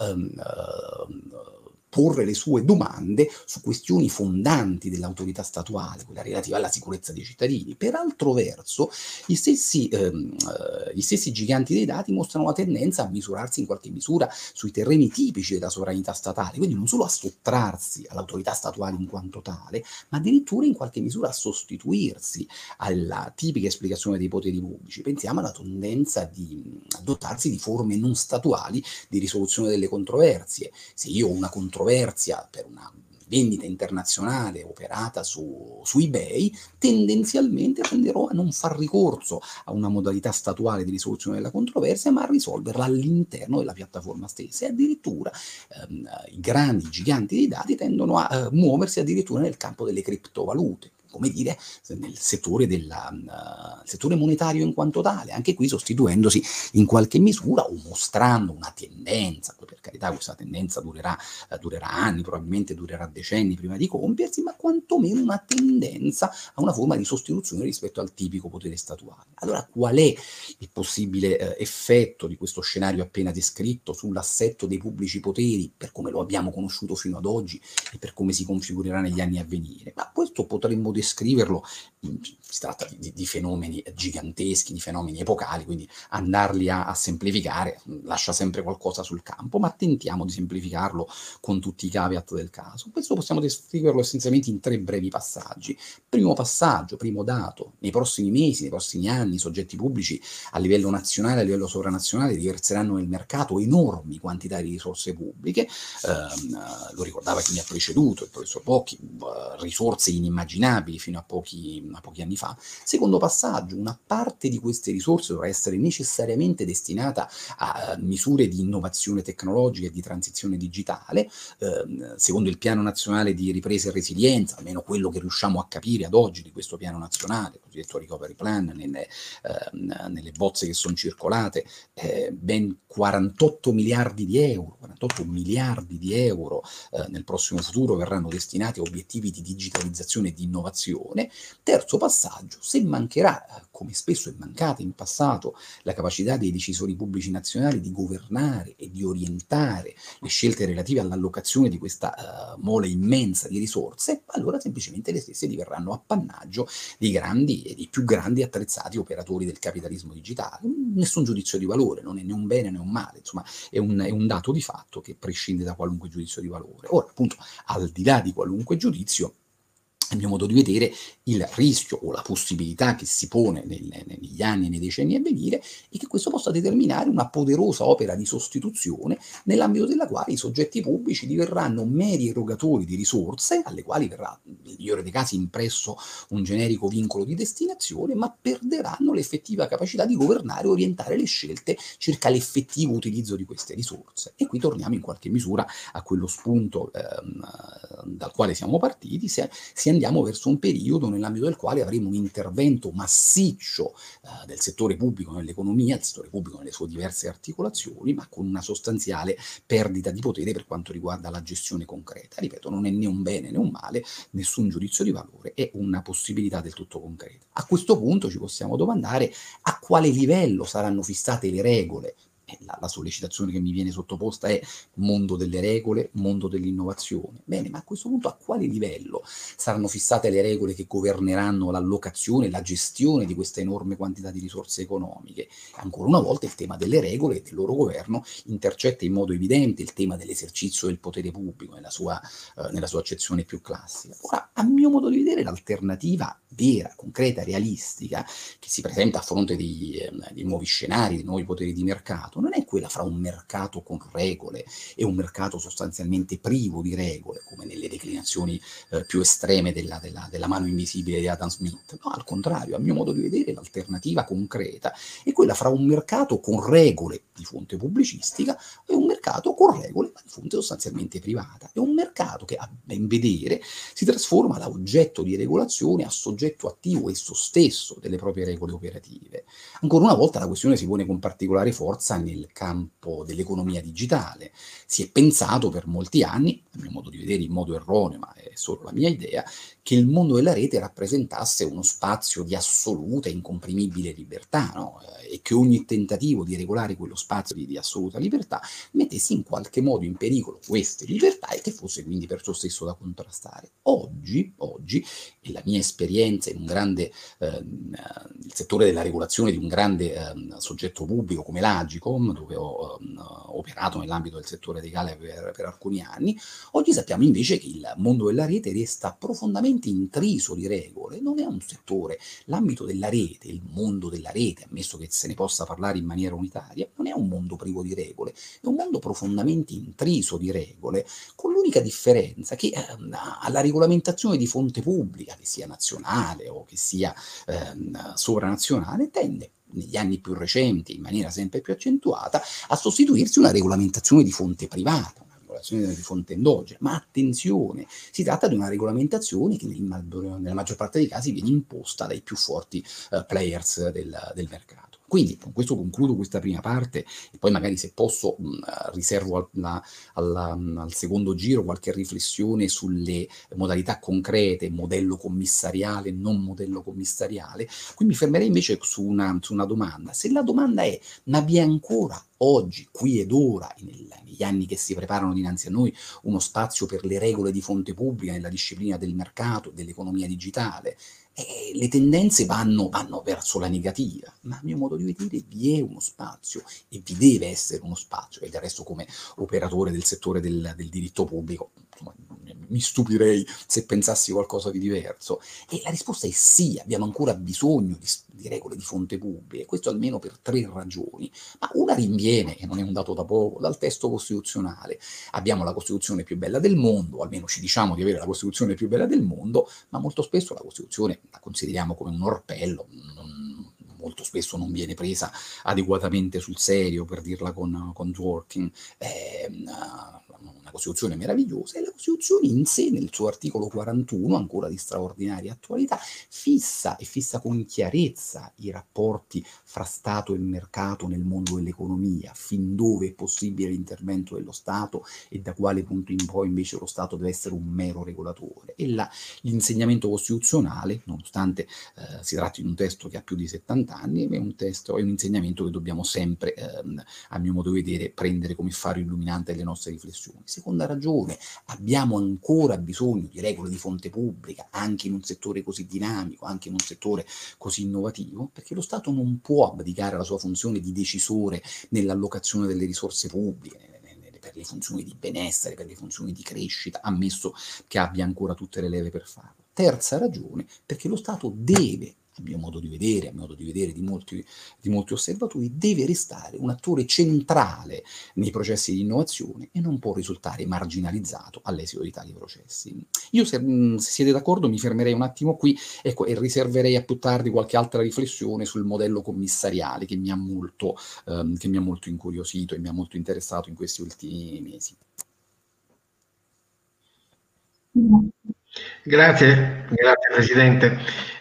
porre le sue domande su questioni fondanti dell'autorità statuale, quella relativa alla sicurezza dei cittadini. Per altro verso, gli stessi giganti dei dati mostrano la tendenza a misurarsi in qualche misura sui terreni tipici della sovranità statale, quindi non solo a sottrarsi all'autorità statuale in quanto tale, ma addirittura in qualche misura a sostituirsi alla tipica esplicazione dei poteri pubblici. Pensiamo alla tendenza di dotarsi di forme non statuali di risoluzione delle controversie. Se io ho una controversia per una vendita internazionale operata su eBay, tendenzialmente tenderò a non far ricorso a una modalità statuale di risoluzione della controversia, ma a risolverla all'interno della piattaforma stessa. E addirittura i grandi giganti dei dati tendono a muoversi addirittura nel campo delle criptovalute, come dire, nel settore settore monetario in quanto tale, anche qui sostituendosi in qualche misura o mostrando una tendenza. Poi per carità questa tendenza durerà anni, probabilmente durerà decenni prima di compiersi, ma quantomeno una tendenza a una forma di sostituzione rispetto al tipico potere statuale. Allora qual è il possibile effetto di questo scenario appena descritto sull'assetto dei pubblici poteri per come lo abbiamo conosciuto fino ad oggi e per come si configurerà negli anni a venire? Ma questo potremmo descriverlo, si tratta di fenomeni giganteschi, di fenomeni epocali, quindi andarli a semplificare lascia sempre qualcosa sul campo, ma tentiamo di semplificarlo con tutti i caveat del caso. Questo possiamo descriverlo essenzialmente in 3 brevi passaggi. Primo passaggio, primo dato: nei prossimi mesi, nei prossimi anni, i soggetti pubblici a livello nazionale, a livello sovranazionale, riverseranno nel mercato enormi quantità di risorse pubbliche, lo ricordava chi mi ha preceduto, il professor Bocchi, risorse inimmaginabili fino a pochi anni fa. Secondo passaggio: una parte di queste risorse dovrà essere necessariamente destinata a misure di innovazione tecnologica e di transizione digitale, secondo il piano nazionale di ripresa e resilienza, almeno quello che riusciamo a capire ad oggi di questo piano nazionale, cosiddetto recovery plan, nelle bozze che sono circolate, ben 48 miliardi di euro nel prossimo futuro verranno destinati a obiettivi di digitalizzazione e di innovazione. Terzo passaggio: se mancherà, come spesso è mancata in passato, la capacità dei decisori pubblici nazionali di governare e di orientare le scelte relative all'allocazione di questa mole immensa di risorse, allora semplicemente le stesse diverranno appannaggio dei grandi e dei più grandi attrezzati operatori del capitalismo digitale. Nessun giudizio di valore, non è né un bene né un male, insomma è un dato di fatto che prescinde da qualunque giudizio di valore. Ora, appunto, al di là di qualunque giudizio, a mio modo di vedere, il rischio o la possibilità che si pone negli anni e nei decenni a venire è che questo possa determinare una poderosa opera di sostituzione nell'ambito della quale i soggetti pubblici diverranno meri erogatori di risorse, alle quali verrà, nel migliore dei casi, impresso un generico vincolo di destinazione, ma perderanno l'effettiva capacità di governare e orientare le scelte circa l'effettivo utilizzo di queste risorse. E qui torniamo in qualche misura a quello spunto dal quale siamo partiti, se andiamo verso un periodo nell'ambito del quale avremo un intervento massiccio del settore pubblico nell'economia, del settore pubblico nelle sue diverse articolazioni, ma con una sostanziale perdita di potere per quanto riguarda la gestione concreta. Ripeto, non è né un bene né un male, nessun giudizio di valore, è una possibilità del tutto concreta. A questo punto ci possiamo domandare a quale livello saranno fissate le regole. La sollecitazione che mi viene sottoposta è mondo delle regole, mondo dell'innovazione. Bene, ma a questo punto a quale livello saranno fissate le regole che governeranno l'allocazione e la gestione di questa enorme quantità di risorse economiche? Ancora una volta il tema delle regole e del loro governo intercetta in modo evidente il tema dell'esercizio del potere pubblico nella sua accezione più classica. Ora, a mio modo di vedere, l'alternativa vera, concreta, realistica, che si presenta a fronte di nuovi scenari, di nuovi poteri di mercato, non è quella fra un mercato con regole e un mercato sostanzialmente privo di regole, come nelle declinazioni più estreme della mano invisibile di Adam Smith. No, al contrario, a mio modo di vedere, l'alternativa concreta è quella fra un mercato con regole di fonte pubblicistica e un mercato con regole di fonte sostanzialmente privata. È un mercato che, a ben vedere, si trasforma da oggetto di regolazione a soggetto attivo esso stesso delle proprie regole operative. Ancora una volta la questione si pone con particolare forza nel campo dell'economia digitale. Si è pensato per molti anni, a mio modo di vedere in modo erroneo, ma è solo la mia idea, che il mondo della rete rappresentasse uno spazio di assoluta e incomprimibile libertà, no? E che ogni tentativo di regolare quello spazio di assoluta libertà mettesse in qualche modo in pericolo queste libertà e che fosse quindi perciò stesso da contrastare. Oggi, e la mia esperienza in un grande, il settore della regolazione di un grande soggetto pubblico come l'Agicom, dove ho operato nell'ambito del settore legale per alcuni anni, oggi sappiamo invece che il mondo della rete resta profondamente intriso di regole. Non è un settore, l'ambito della rete, il mondo della rete, ammesso che se ne possa parlare in maniera unitaria, non è un mondo privo di regole, è un mondo profondamente intriso di regole, con l'unica differenza che alla regolamentazione di fonte pubblica, che sia nazionale o che sia sovranazionale, tende negli anni più recenti, in maniera sempre più accentuata, a sostituirsi una regolamentazione di fonte privata, di fonte endogena. Ma attenzione, si tratta di una regolamentazione che nella maggior parte dei casi viene imposta dai più forti players del mercato. Quindi con questo concludo questa prima parte e poi magari, se posso, riservo al secondo giro qualche riflessione sulle modalità concrete, modello commissariale, non modello commissariale. Qui mi fermerei invece su una domanda. Se la domanda è: ma vi è ancora oggi, qui ed ora, negli anni che si preparano dinanzi a noi, uno spazio per le regole di fonte pubblica nella disciplina del mercato, dell'economia digitale? Le tendenze vanno verso la negativa, ma a mio modo di vedere vi è uno spazio e vi deve essere uno spazio, e del resto, come operatore del settore del diritto pubblico, insomma, mi stupirei se pensassi qualcosa di diverso. E la risposta è sì, abbiamo ancora bisogno di regole di fonte pubblica, e questo almeno per 3 ragioni. Ma una rinviene, e non è un dato da poco, dal testo costituzionale. Abbiamo la Costituzione più bella del mondo, almeno ci diciamo di avere la Costituzione più bella del mondo, ma molto spesso la Costituzione la consideriamo come un orpello, molto spesso non viene presa adeguatamente sul serio, per dirla con Dworkin. Una Costituzione meravigliosa, e la Costituzione in sé, nel suo articolo 41, ancora di straordinaria attualità, fissa con chiarezza i rapporti fra Stato e mercato nel mondo dell'economia, fin dove è possibile l'intervento dello Stato e da quale punto in poi invece lo Stato deve essere un mero regolatore. E l'insegnamento costituzionale, nonostante si tratti di un testo che ha più di 70 anni, è un insegnamento che dobbiamo sempre, a mio modo di vedere, prendere come faro illuminante delle nostre riflessioni. Seconda ragione: abbiamo ancora bisogno di regole di fonte pubblica, anche in un settore così dinamico, anche in un settore così innovativo, perché lo Stato non può abdicare alla sua funzione di decisore nell'allocazione delle risorse pubbliche, per le funzioni di benessere, per le funzioni di crescita, ammesso che abbia ancora tutte le leve per farlo. Terza ragione: perché lo Stato deve, a mio modo di vedere, di molti osservatori, deve restare un attore centrale nei processi di innovazione e non può risultare marginalizzato all'esito di tali processi. Io, se siete d'accordo, mi fermerei un attimo qui, ecco, e riserverei a più tardi qualche altra riflessione sul modello commissariale che mi ha molto incuriosito e mi ha molto interessato in questi ultimi mesi. Grazie Presidente.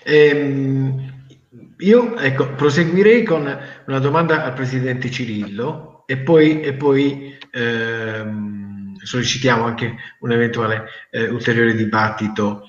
Io proseguirei con una domanda al Presidente Cirillo e poi sollecitiamo anche un eventuale ulteriore dibattito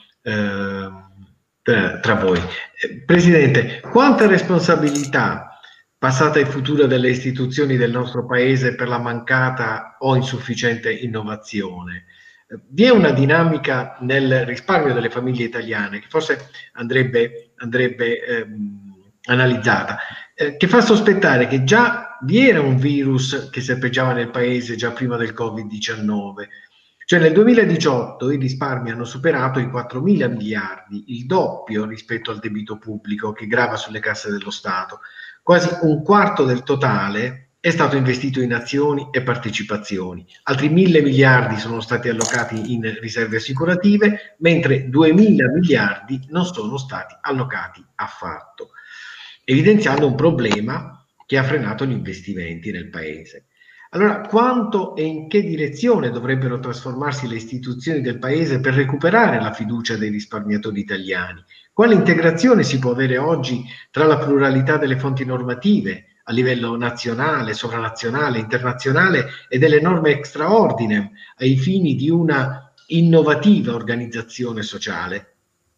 tra voi. Presidente, quanta responsabilità passata e futura delle istituzioni del nostro Paese per la mancata o insufficiente innovazione? Vi è una dinamica nel risparmio delle famiglie italiane che forse andrebbe analizzata, che fa sospettare che già vi era un virus che serpeggiava nel Paese già prima del Covid-19. Cioè nel 2018 i risparmi hanno superato i 4.000 miliardi, il doppio rispetto al debito pubblico che grava sulle casse dello Stato. Quasi un quarto del totale è stato investito in azioni e partecipazioni. Altri 1.000 miliardi sono stati allocati in riserve assicurative, mentre 2.000 miliardi non sono stati allocati affatto, evidenziando un problema che ha frenato gli investimenti nel Paese. Allora, quanto e in che direzione dovrebbero trasformarsi le istituzioni del Paese per recuperare la fiducia dei risparmiatori italiani? Quale integrazione si può avere oggi tra la pluralità delle fonti normative a livello nazionale, sovranazionale, internazionale e delle norme extra ordinem ai fini di una innovativa organizzazione sociale?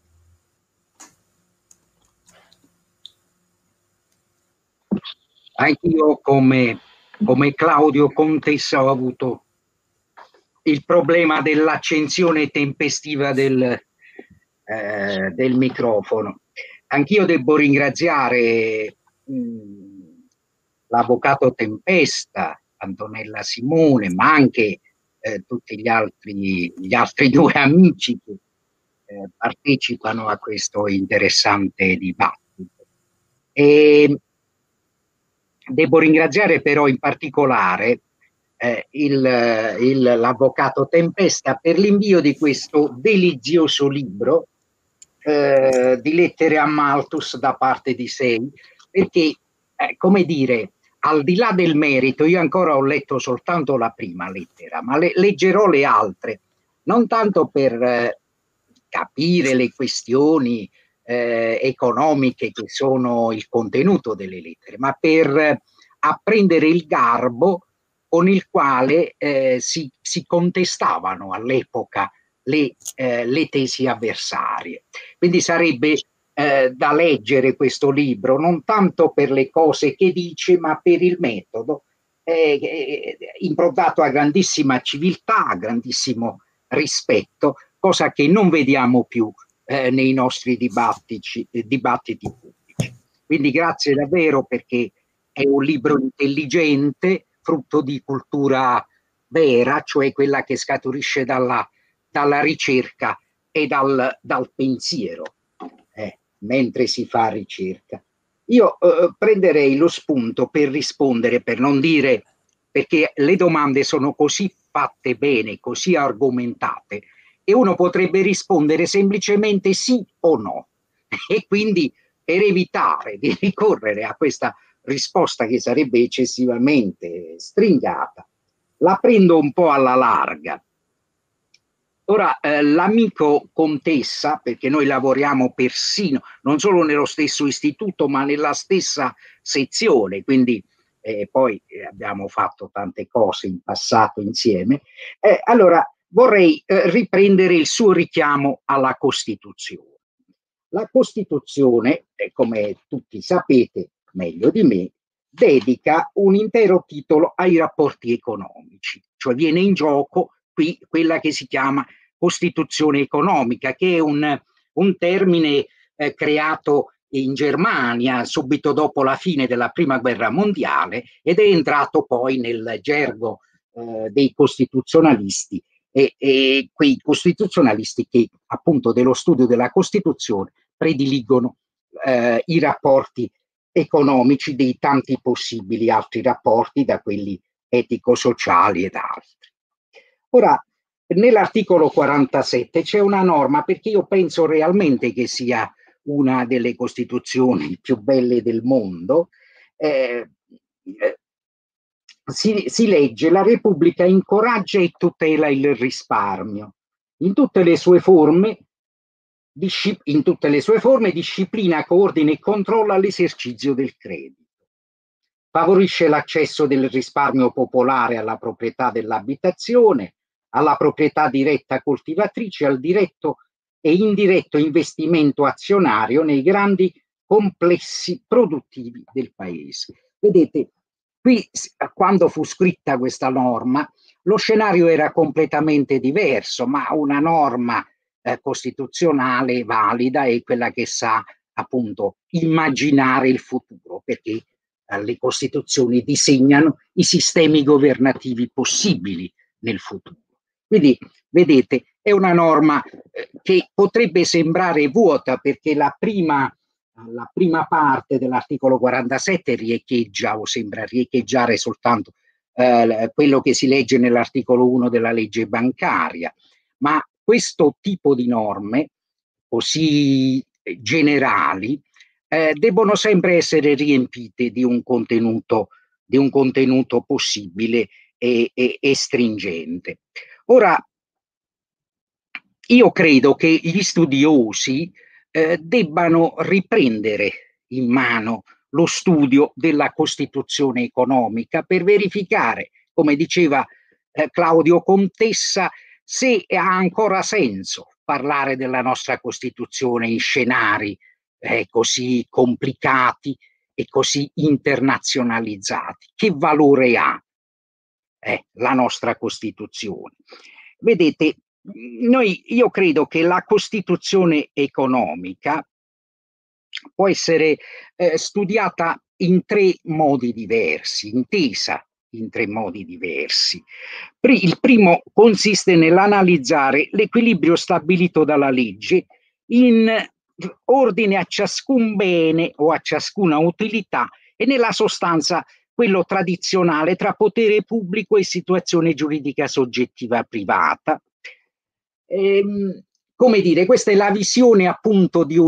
Anch'io come Claudio Contessa ho avuto il problema dell'accensione tempestiva del microfono. Anch'io devo ringraziare l'avvocato Tempesta, Antonella Simone, ma anche tutti gli altri due amici che partecipano a questo interessante dibattito. E devo ringraziare però in particolare l'avvocato Tempesta per l'invio di questo delizioso libro di lettere a Malthus da parte di Sei, perché come dire, al di là del merito, io ancora ho letto soltanto la prima lettera, ma leggerò le altre, non tanto per capire le questioni economiche che sono il contenuto delle lettere, ma per apprendere il garbo con il quale si contestavano all'epoca le tesi avversarie. Quindi sarebbe da leggere questo libro non tanto per le cose che dice, ma per il metodo, improntato a grandissima civiltà, a grandissimo rispetto, cosa che non vediamo più nei nostri dibattiti pubblici. Quindi grazie davvero, perché è un libro intelligente, frutto di cultura vera, cioè quella che scaturisce dalla ricerca e dal pensiero, mentre si fa ricerca. Io prenderei lo spunto per rispondere, per non dire, perché le domande sono così fatte bene, così argomentate, e uno potrebbe rispondere semplicemente sì o no. E quindi, per evitare di ricorrere a questa risposta che sarebbe eccessivamente stringata, la prendo un po' alla larga. Ora, l'amico Contessa, perché noi lavoriamo persino, non solo nello stesso istituto, ma nella stessa sezione, quindi poi abbiamo fatto tante cose in passato insieme, allora vorrei riprendere il suo richiamo alla Costituzione. La Costituzione, come tutti sapete meglio di me, dedica un intero titolo ai rapporti economici, cioè viene in gioco qui quella che si chiama Costituzione economica, che è un termine creato in Germania subito dopo la fine della Prima Guerra Mondiale ed è entrato poi nel gergo dei costituzionalisti e quei costituzionalisti che appunto dello studio della Costituzione prediligono i rapporti economici dei tanti possibili altri rapporti, da quelli etico-sociali ed altri. Ora, nell'articolo 47 c'è una norma, perché io penso realmente che sia una delle costituzioni più belle del mondo, si legge: la Repubblica incoraggia e tutela il risparmio in tutte le sue forme, disciplina, coordina e controlla l'esercizio del credito, favorisce l'accesso del risparmio popolare alla proprietà dell'abitazione, alla proprietà diretta coltivatrice, al diretto e indiretto investimento azionario nei grandi complessi produttivi del Paese. Vedete, qui quando fu scritta questa norma lo scenario era completamente diverso, ma una norma costituzionale valida è quella che sa appunto immaginare il futuro, perché le Costituzioni disegnano i sistemi governativi possibili nel futuro. Quindi, vedete, è una norma che potrebbe sembrare vuota, perché la prima parte dell'articolo 47 riecheggia o sembra riecheggiare soltanto quello che si legge nell'articolo 1 della legge bancaria, ma questo tipo di norme così generali debbono sempre essere riempite di un contenuto possibile e stringente. Ora, io credo che gli studiosi debbano riprendere in mano lo studio della Costituzione economica per verificare, come diceva Claudio Contessa, se ha ancora senso parlare della nostra Costituzione in scenari così complicati e così internazionalizzati. Che valore ha la nostra Costituzione? Vedete, io credo che la Costituzione economica può essere studiata in tre modi diversi, intesa in tre modi diversi. Il primo consiste nell'analizzare l'equilibrio stabilito dalla legge in ordine a ciascun bene o a ciascuna utilità e nella sostanza quello tradizionale tra potere pubblico e situazione giuridica soggettiva privata. Come dire, questa è la visione appunto di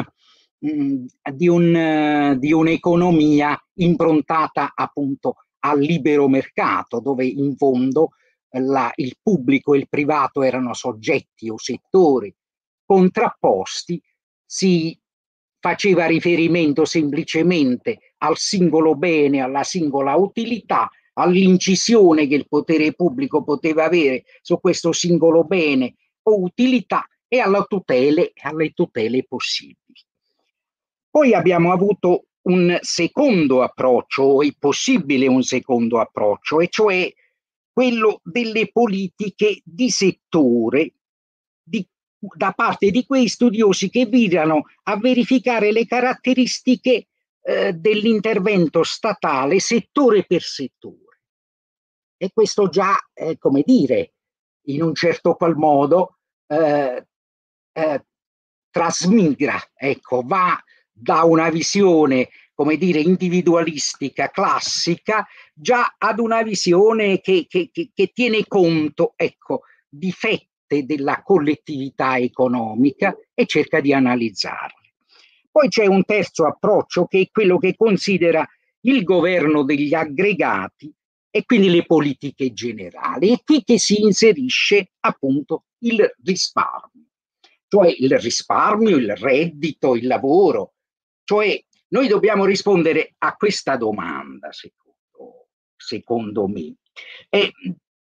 un'economia improntata appunto al libero mercato, dove in fondo il pubblico e il privato erano soggetti o settori contrapposti, si faceva riferimento semplicemente al singolo bene, alla singola utilità, all'incisione che il potere pubblico poteva avere su questo singolo bene o utilità e alle tutele possibili. Poi abbiamo avuto un secondo approccio, o è possibile un secondo approccio, e cioè quello delle politiche di settore da parte di quei studiosi che mirano a verificare le caratteristiche dell'intervento statale settore per settore. E questo già, come dire, in un certo qual modo trasmigra, ecco, va da una visione, come dire, individualistica, classica, già ad una visione che tiene conto, ecco, di fette della collettività economica e cerca di analizzarle. Poi c'è un terzo approccio che è quello che considera il governo degli aggregati e quindi le politiche generali. È qui che si inserisce appunto il risparmio, cioè il risparmio, il reddito, il lavoro. Cioè noi dobbiamo rispondere a questa domanda, secondo me. E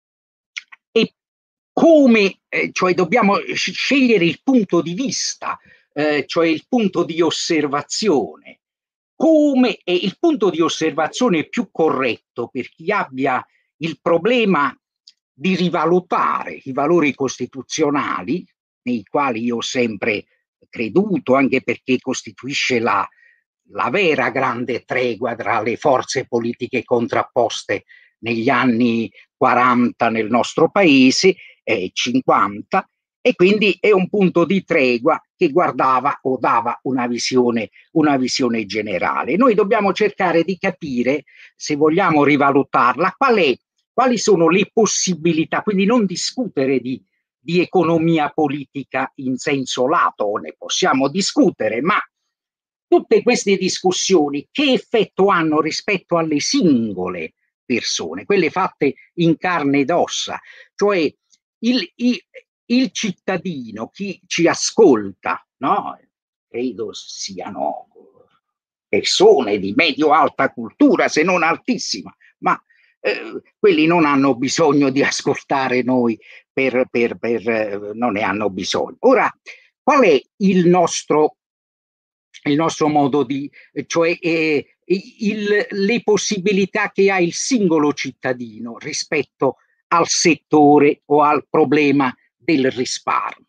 come, cioè dobbiamo scegliere il punto di vista, cioè il punto di osservazione. Come è il punto di osservazione più corretto per chi abbia il problema di rivalutare i valori costituzionali, nei quali io ho sempre creduto, anche perché costituisce la vera grande tregua tra le forze politiche contrapposte negli anni 40 nel nostro paese, 50, e quindi è un punto di tregua che guardava o dava una visione generale. Noi dobbiamo cercare di capire, se vogliamo rivalutarla, quali sono le possibilità, quindi non discutere di economia politica in senso lato, ne possiamo discutere, ma tutte queste discussioni che effetto hanno rispetto alle singole persone, quelle fatte in carne ed ossa, cioè il cittadino, chi ci ascolta, no? Credo siano persone di medio-alta cultura, se non altissima, ma quelli non hanno bisogno di ascoltare noi, non ne hanno bisogno. Ora, qual è il nostro modo di, cioè le possibilità che ha il singolo cittadino rispetto al settore o al problema del risparmio?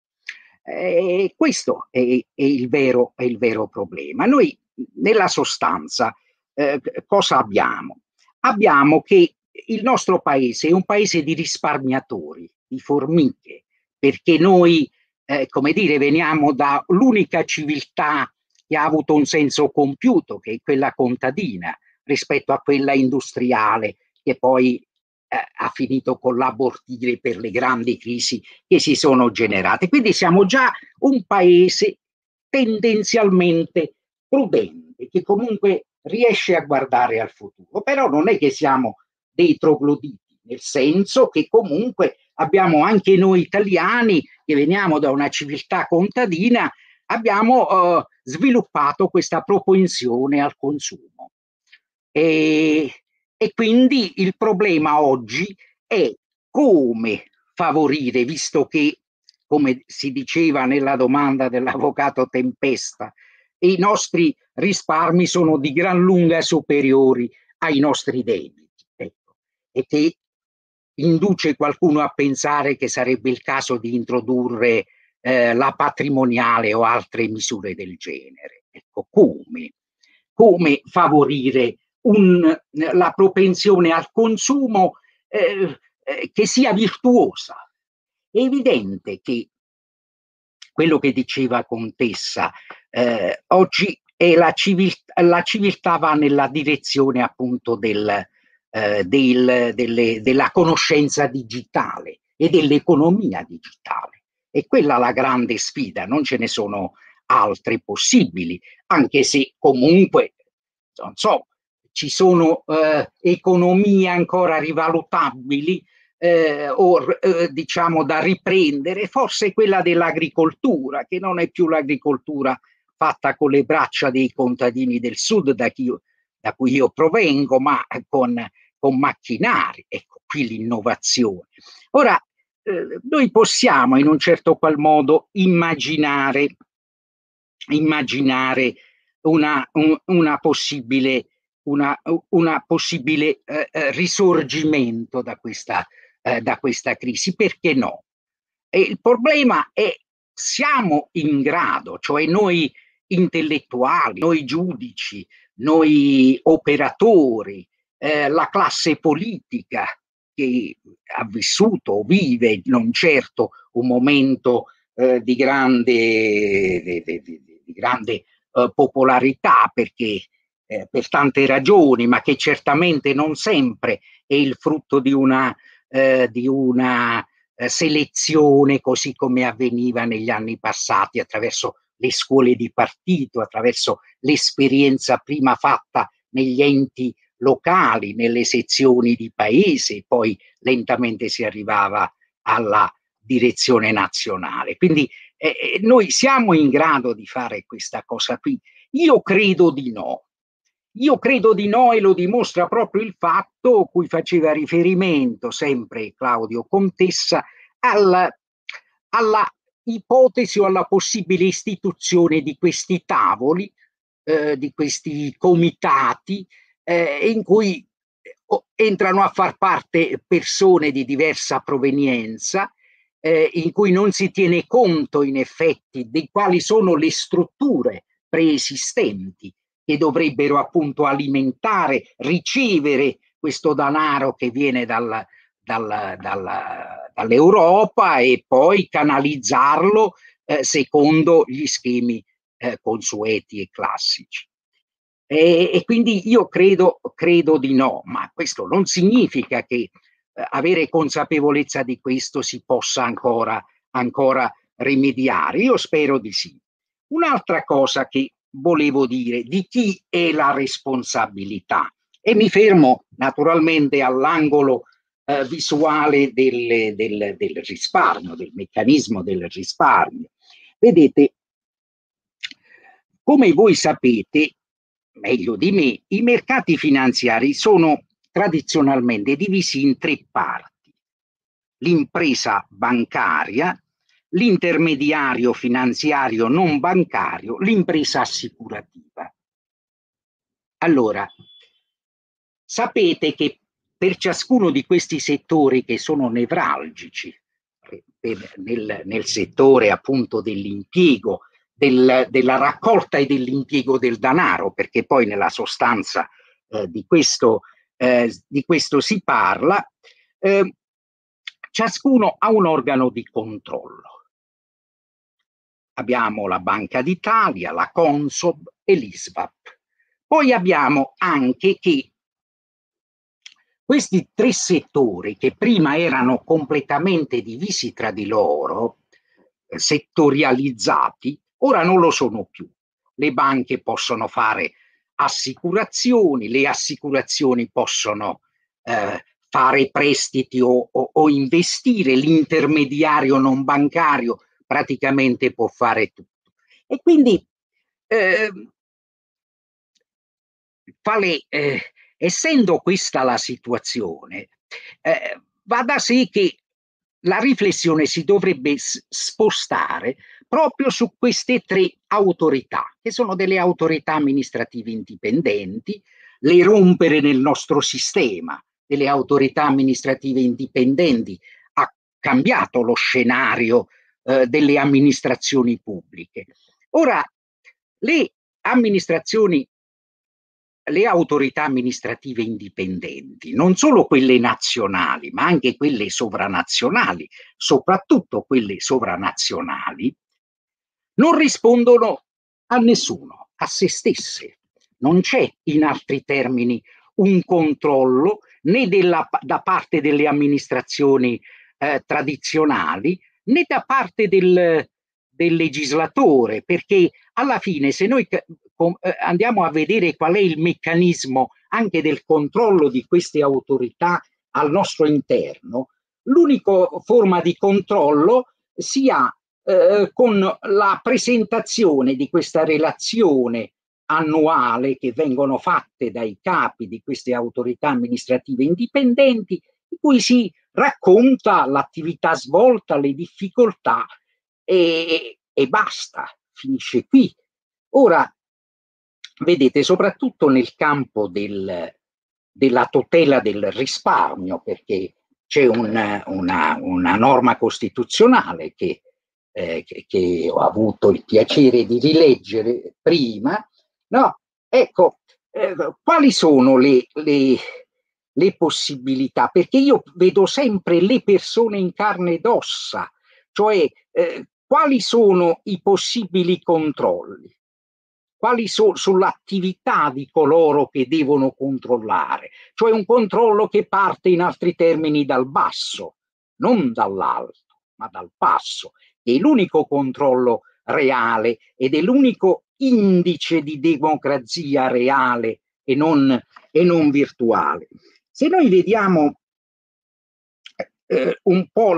Questo è il vero problema. Noi nella sostanza cosa abbiamo? Abbiamo che il nostro paese è un paese di risparmiatori, di formiche, perché noi, come dire, veniamo dall'unica civiltà che ha avuto un senso compiuto, che è quella contadina, rispetto a quella industriale, che poi ha finito con l'abortire per le grandi crisi che si sono generate. Quindi siamo già un paese tendenzialmente prudente, che comunque riesce a guardare al futuro, però non è che siamo dei trogloditi, nel senso che comunque abbiamo anche noi italiani, che veniamo da una civiltà contadina, abbiamo sviluppato questa propensione al consumo. E quindi il problema oggi è come favorire, visto che, come si diceva nella domanda dell'avvocato Tempesta, i nostri risparmi sono di gran lunga superiori ai nostri debiti, ecco, e che induce qualcuno a pensare che sarebbe il caso di introdurre la patrimoniale o altre misure del genere. Ecco, come favorire la propensione al consumo che sia virtuosa. È evidente che quello che diceva Contessa, oggi è la civiltà va nella direzione appunto della conoscenza digitale e dell'economia digitale. E quella è la grande sfida, non ce ne sono altre possibili, anche se comunque, non so, ci sono economie ancora rivalutabili diciamo da riprendere, forse quella dell'agricoltura, che non è più l'agricoltura fatta con le braccia dei contadini del sud da cui io provengo, ma con macchinari. Ecco qui l'innovazione. Ora, noi possiamo in un certo qual modo immaginare una possibile risorgimento da questa crisi. Perché no? E il problema è: siamo in grado, cioè noi intellettuali, noi giudici, noi operatori, la classe politica che ha vissuto o vive non certo un momento di grande popolarità, perché per tante ragioni, ma che certamente non sempre è il frutto di una selezione così come avveniva negli anni passati attraverso le scuole di partito, attraverso l'esperienza prima fatta negli enti locali, nelle sezioni di paese, poi lentamente si arrivava alla direzione nazionale. Quindi noi siamo in grado di fare questa cosa qui? Io credo di no. Io credo di no, e lo dimostra proprio il fatto a cui faceva riferimento sempre Claudio Contessa, alla ipotesi o alla possibile istituzione di questi tavoli, di questi comitati, in cui entrano a far parte persone di diversa provenienza, in cui non si tiene conto in effetti di quali sono le strutture preesistenti che dovrebbero appunto alimentare, ricevere questo denaro che viene dall'Europa e poi canalizzarlo secondo gli schemi consueti e classici. E quindi io credo di no, ma questo non significa che avere consapevolezza di questo si possa ancora rimediare. Io spero di sì. Un'altra cosa che volevo dire: di chi è la responsabilità? E mi fermo naturalmente all'angolo visuale del risparmio, del meccanismo del risparmio. Vedete, come voi sapete meglio di me, i mercati finanziari sono tradizionalmente divisi in tre parti: l'impresa bancaria, l'intermediario finanziario non bancario, l'impresa assicurativa. Allora, sapete che per ciascuno di questi settori, che sono nevralgici nel settore appunto dell'impiego, della raccolta e dell'impiego del denaro, perché poi nella sostanza di questo si parla, ciascuno ha un organo di controllo. Abbiamo la Banca d'Italia, la Consob e l'ISVAP. Poi abbiamo anche che questi tre settori, che prima erano completamente divisi tra di loro, settorializzati, ora non lo sono più. Le banche possono fare assicurazioni, le assicurazioni possono fare prestiti o investire, l'intermediario non bancario praticamente può fare tutto. E quindi essendo questa la situazione, va da sé che la riflessione si dovrebbe spostare proprio su queste tre autorità, che sono delle autorità amministrative indipendenti, le rompere nel nostro sistema delle autorità amministrative indipendenti ha cambiato lo scenario delle amministrazioni pubbliche. Ora, le autorità amministrative indipendenti, non solo quelle nazionali, ma anche quelle sovranazionali, soprattutto quelle sovranazionali, non rispondono a nessuno, a se stesse. Non c'è, in altri termini, un controllo né da parte delle amministrazioni tradizionali né da parte del legislatore, perché alla fine se noi andiamo a vedere qual è il meccanismo anche del controllo di queste autorità al nostro interno, l'unica forma di controllo si ha con la presentazione di questa relazione annuale che vengono fatte dai capi di queste autorità amministrative indipendenti, in cui si racconta l'attività svolta, le difficoltà e basta, finisce qui. Ora, vedete, soprattutto nel campo della tutela del risparmio, perché c'è una norma costituzionale che ho avuto il piacere di rileggere prima, no? Ecco, quali sono le possibilità? Perché io vedo sempre le persone in carne ed ossa, cioè quali sono i possibili controlli? Quali sono sull'attività di coloro che devono controllare? Cioè un controllo che parte in altri termini dal basso, non dall'alto, ma dal basso. È l'unico controllo reale ed è l'unico indice di democrazia reale e non virtuale. Se noi vediamo un po'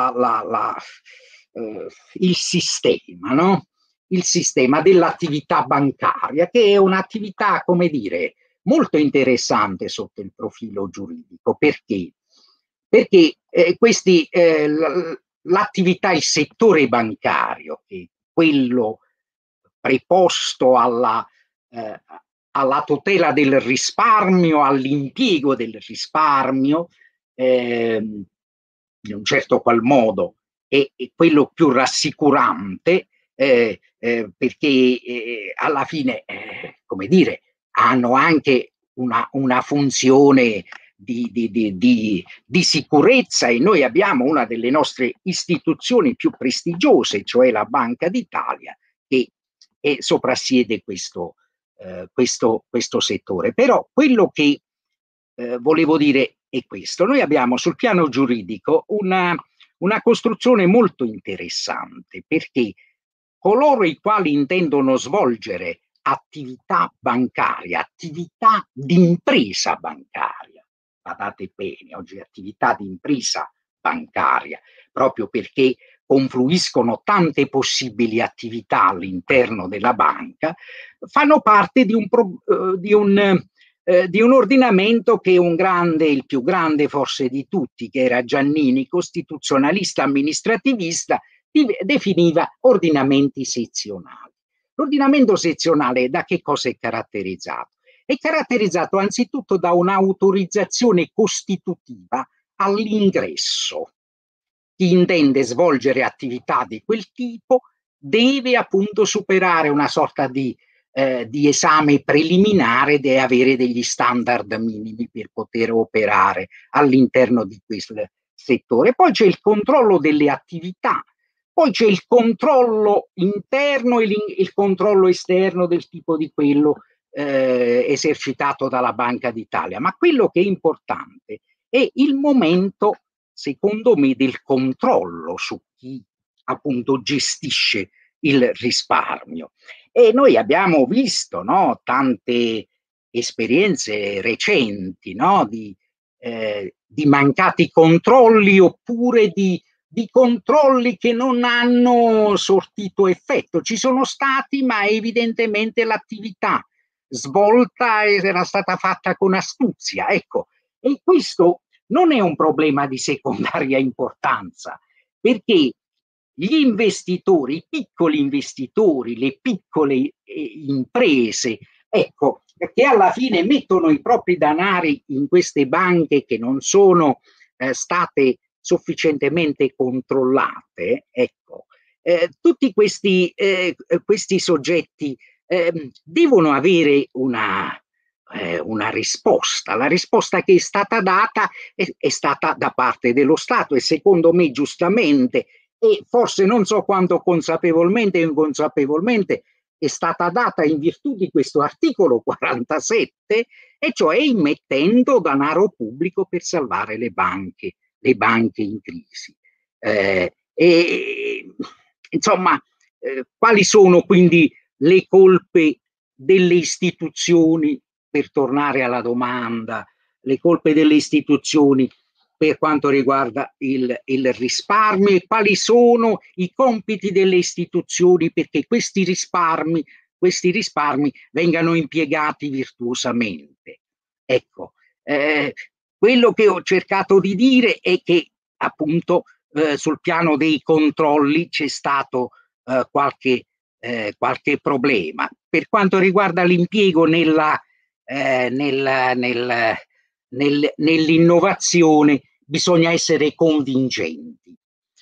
il sistema, no? Il sistema dell'attività bancaria, che è un'attività, come dire, molto interessante sotto il profilo giuridico. Perché? Perché l'attività, il settore bancario, che è quello preposto alla tutela del risparmio, all'impiego del risparmio, in un certo qual modo, è quello più rassicurante, perché alla fine, come dire, hanno anche una funzione di sicurezza, e noi abbiamo una delle nostre istituzioni più prestigiose, cioè la Banca d'Italia, che soprassiede questo settore. Però quello che volevo dire è questo: noi abbiamo sul piano giuridico una costruzione molto interessante, perché coloro i quali intendono svolgere attività bancaria, attività di impresa bancaria, badate bene, oggi attività di impresa bancaria, proprio perché confluiscono tante possibili attività all'interno della banca, fanno parte di un ordinamento che il più grande forse di tutti, che era Giannini, costituzionalista amministrativista, definiva ordinamenti sezionali. L'ordinamento sezionale da che cosa è caratterizzato? È caratterizzato anzitutto da un'autorizzazione costitutiva all'ingresso. Chi intende svolgere attività di quel tipo deve appunto superare una sorta di esame preliminare, deve avere degli standard minimi per poter operare all'interno di quel settore. Poi c'è il controllo delle attività, poi c'è il controllo interno e il controllo esterno del tipo di quello esercitato dalla Banca d'Italia. Ma quello che è importante è il momento, secondo me, del controllo su chi appunto gestisce il risparmio. E noi abbiamo visto, no, tante esperienze recenti, no, di di mancati controlli oppure di controlli che non hanno sortito effetto. Ci sono stati, ma evidentemente l'attività svolta era stata fatta con astuzia. Ecco, e questo non è un problema di secondaria importanza, perché gli investitori, i piccoli investitori, le piccole imprese, ecco, che alla fine mettono i propri denari in queste banche che non sono state sufficientemente controllate, ecco, tutti questi soggetti devono avere una risposta. La risposta che è stata data è stata da parte dello Stato e secondo me giustamente, e forse non so quanto consapevolmente o inconsapevolmente, è stata data in virtù di questo articolo 47, e cioè immettendo denaro pubblico per salvare le banche in crisi. Insomma, quali sono quindi le colpe delle istituzioni, per tornare alla domanda, le colpe delle istituzioni per quanto riguarda il risparmio, e quali sono i compiti delle istituzioni perché questi risparmi vengano impiegati virtuosamente. Ecco, quello che ho cercato di dire è che appunto sul piano dei controlli c'è stato qualche problema. Per quanto riguarda l'impiego nell'innovazione, bisogna essere convincenti,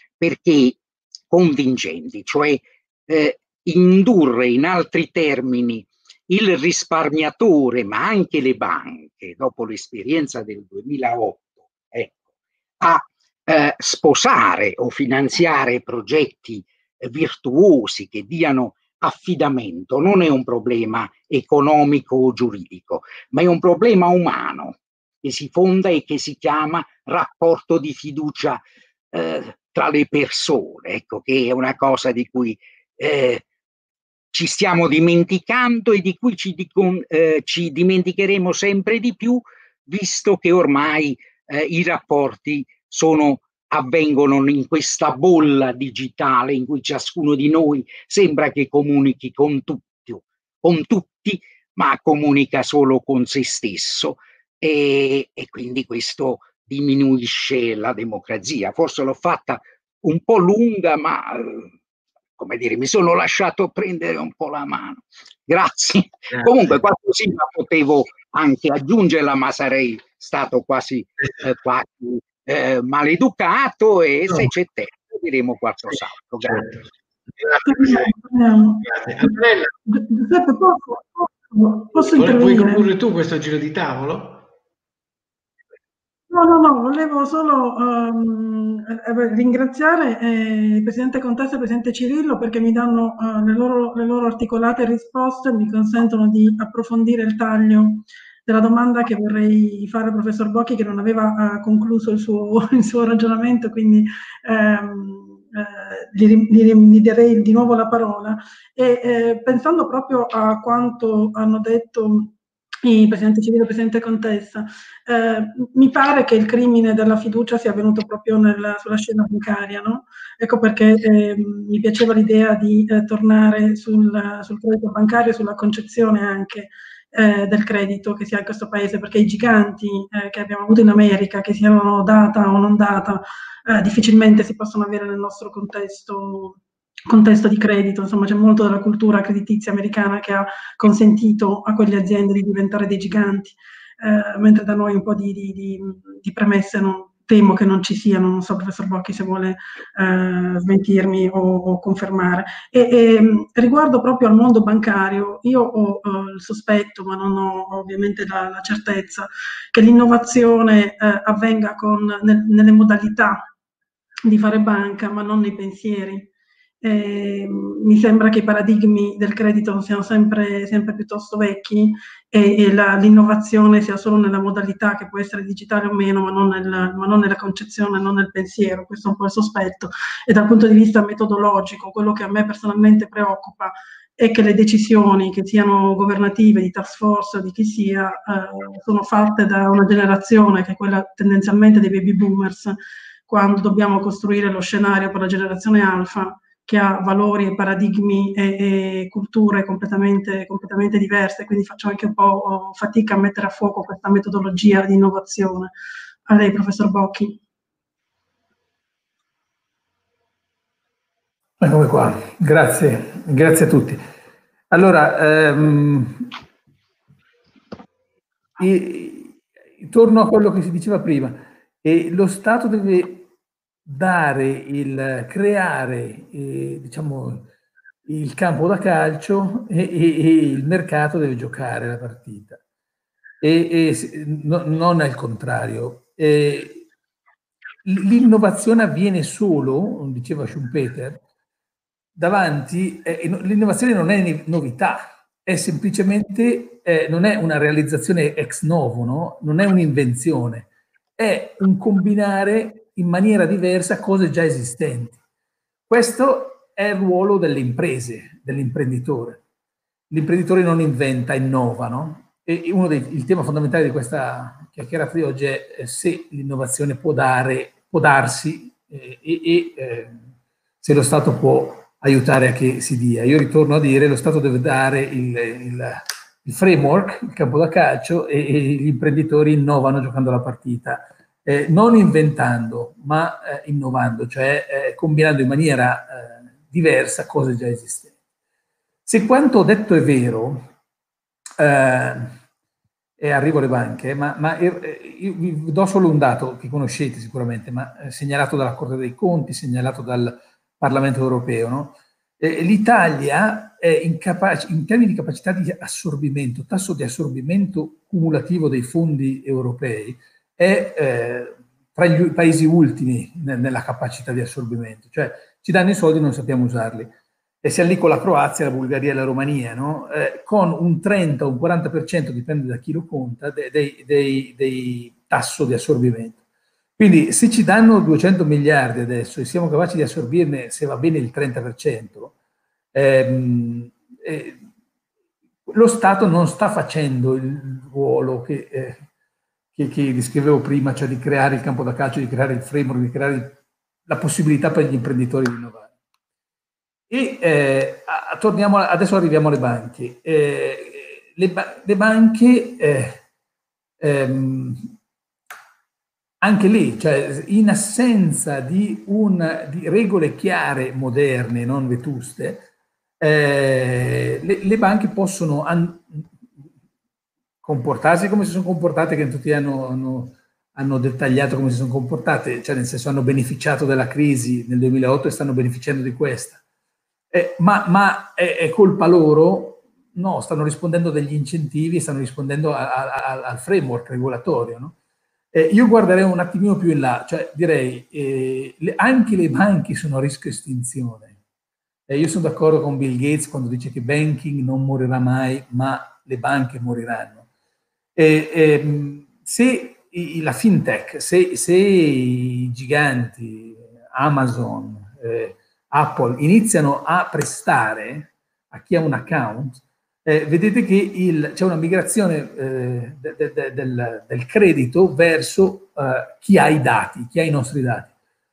cioè indurre in altri termini il risparmiatore, ma anche le banche, dopo l'esperienza del 2008, ecco, a sposare o finanziare progetti virtuosi che diano affidamento. Non è un problema economico o giuridico, ma è un problema umano che si fonda e che si chiama rapporto di fiducia tra le persone, ecco, che è una cosa di cui ci stiamo dimenticando e di cui ci dimenticheremo sempre di più, visto che ormai i rapporti avvengono in questa bolla digitale in cui ciascuno di noi sembra che comunichi con tutti, ma comunica solo con se stesso, e quindi questo diminuisce la democrazia. Forse l'ho fatta un po' lunga, ma come dire, mi sono lasciato prendere un po' la mano. Grazie. Comunque qualcosina potevo anche aggiungerla, ma sarei stato quasi maleducato, e se c'è tempo diremo qualcos'altro. Grazie. Grazie. Giuseppe, posso intervenire? Vuoi condurre tu questo giro di tavolo? No, volevo solo ringraziare il Presidente Contessa e il Presidente Cirillo, perché mi danno le loro articolate risposte e mi consentono di approfondire il taglio della domanda che vorrei fare al Professor Bocchi, che non aveva concluso il suo ragionamento, quindi gli darei di nuovo la parola. E pensando proprio a quanto hanno detto il Presidente Cirillo e il Presidente Contessa, mi pare che il crimine della fiducia sia avvenuto proprio sulla scena bancaria, no? Ecco perché mi piaceva l'idea di tornare sul credito bancario, sulla concezione anche del credito che si ha in questo paese, perché i giganti che abbiamo avuto in America, che siano data o non data, difficilmente si possono avere nel nostro contesto di credito. Insomma, c'è molto della cultura creditizia americana che ha consentito a quelle aziende di diventare dei giganti, mentre da noi un po' di premesse temo che non ci siano. Non so, Professor Bocchi, se vuole smentirmi o confermare. Riguardo proprio al mondo bancario, io ho il sospetto, ma non ho ovviamente la certezza, che l'innovazione avvenga nelle modalità di fare banca, ma non nei pensieri. Mi sembra che i paradigmi del credito siano sempre piuttosto vecchi, e l'innovazione sia solo nella modalità, che può essere digitale o meno, ma non nella concezione, non nel pensiero. Questo è un po' il sospetto. E dal punto di vista metodologico, quello che a me personalmente preoccupa è che le decisioni, che siano governative, di task force o di chi sia, sono fatte da una generazione che è quella tendenzialmente dei baby boomers, quando dobbiamo costruire lo scenario per la generazione alfa, che ha valori e paradigmi e culture completamente diverse, quindi faccio anche un po' fatica a mettere a fuoco questa metodologia di innovazione. A lei, professor Bocchi. Eccomi qua, grazie a tutti. Allora, torno a quello che si diceva prima. Lo Stato deve creare diciamo, il campo da calcio e il mercato deve giocare la partita. Non al contrario. L'innovazione avviene solo, diceva Schumpeter, davanti, l'innovazione non è novità, è semplicemente, non è una realizzazione ex novo, no? Non è un'invenzione, è un combinare in maniera diversa cose già esistenti. Questo è il ruolo delle imprese, dell'imprenditore. L'imprenditore non inventa, innova, no? E il tema fondamentale di questa chiacchierata di oggi è se l'innovazione può darsi se lo Stato può aiutare a che si dia. Io ritorno a dire, lo Stato deve dare il framework, il campo da calcio, e gli imprenditori innovano giocando la partita, non inventando, ma innovando, cioè combinando in maniera diversa cose già esistenti. Se quanto ho detto è vero, e arrivo alle banche, ma io vi do solo un dato che conoscete sicuramente, ma segnalato dalla Corte dei Conti, segnalato dal Parlamento europeo, no? L'Italia è incapace, in termini di capacità di assorbimento, tasso di assorbimento cumulativo dei fondi europei, è tra i paesi ultimi nella capacità di assorbimento, cioè ci danno i soldi e non sappiamo usarli. E siamo lì con la Croazia, la Bulgaria e la Romania, no? Con un 30 o un 40%, dipende da chi lo conta, dei tasso di assorbimento. Quindi se ci danno 200 miliardi adesso e siamo capaci di assorbirne, se va bene, il 30%, lo Stato non sta facendo il ruolo che descrivevo prima, cioè di creare il campo da calcio, di creare il framework, di creare la possibilità per gli imprenditori di innovare. E adesso arriviamo alle banche. Le banche, anche lì, cioè in assenza di regole chiare, moderne, non vetuste, le banche possono comportarsi come si sono comportate, che tutti hanno dettagliato come si sono comportate, cioè nel senso hanno beneficiato della crisi nel 2008 e stanno beneficiando di questa. Ma è colpa loro? No, stanno rispondendo degli incentivi, stanno rispondendo al framework regolatorio, no? Io guarderei un attimino più in là, cioè direi anche le banche sono a rischio estinzione. Io sono d'accordo con Bill Gates quando dice che banking non morirà mai, ma le banche moriranno. Se la fintech, se i giganti, Amazon, Apple, iniziano a prestare a chi ha un account, vedete che c'è una migrazione del credito verso chi ha i dati, chi ha i nostri dati.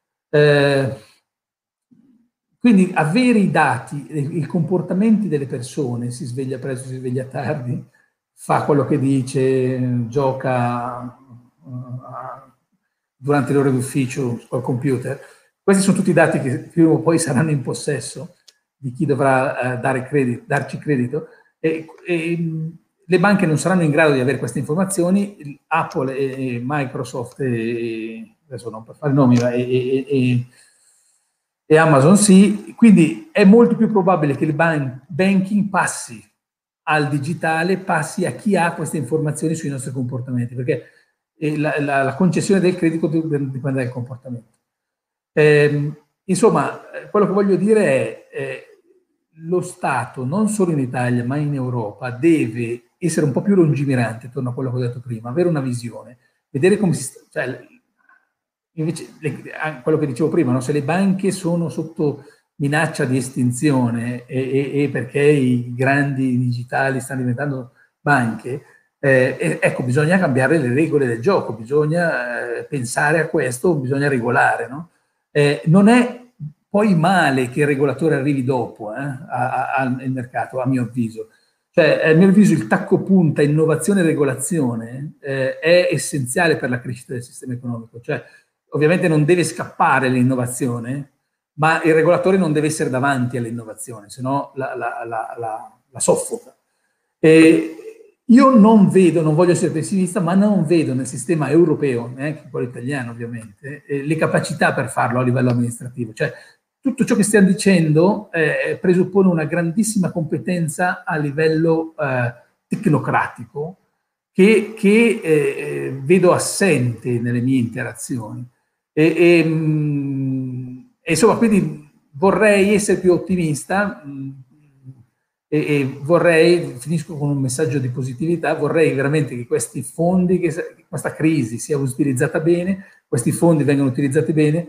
Quindi avere i dati, i comportamenti delle persone, si sveglia presto, si sveglia tardi, fa quello che dice, gioca durante le ore d'ufficio col computer. Questi sono tutti dati che prima o poi saranno in possesso di chi dovrà darci credito. Le banche non saranno in grado di avere queste informazioni. Apple e Microsoft, adesso non per fare nomi, e Amazon sì, quindi è molto più probabile che il banking passi al digitale, passi a chi ha queste informazioni sui nostri comportamenti, perché la concessione del credito dipende dal comportamento. Insomma, quello che voglio dire è lo Stato, non solo in Italia ma in Europa, deve essere un po' più lungimirante, torno a quello che ho detto prima, avere una visione, vedere come cioè, invece quello che dicevo prima, no? Se le banche sono sotto minaccia di estinzione e perché i grandi digitali stanno diventando banche, ecco, bisogna cambiare le regole del gioco, bisogna pensare a questo, bisogna regolare, no? Non è poi male che il regolatore arrivi dopo al mercato, a mio avviso. Cioè, a mio avviso il tacco punta innovazione e regolazione è essenziale per la crescita del sistema economico. Cioè, ovviamente non deve scappare l'innovazione, ma il regolatore non deve essere davanti all'innovazione, se no la soffoca. Io non vedo, non voglio essere pessimista, ma non vedo nel sistema europeo, neanche quello italiano ovviamente, le capacità per farlo a livello amministrativo. Cioè, tutto ciò che stiamo dicendo presuppone una grandissima competenza a livello tecnocratico che vedo assente nelle mie interazioni. Insomma, quindi vorrei essere più ottimista e vorrei, finisco con un messaggio di positività, vorrei veramente che questi fondi, che questa crisi sia utilizzata bene, questi fondi vengano utilizzati bene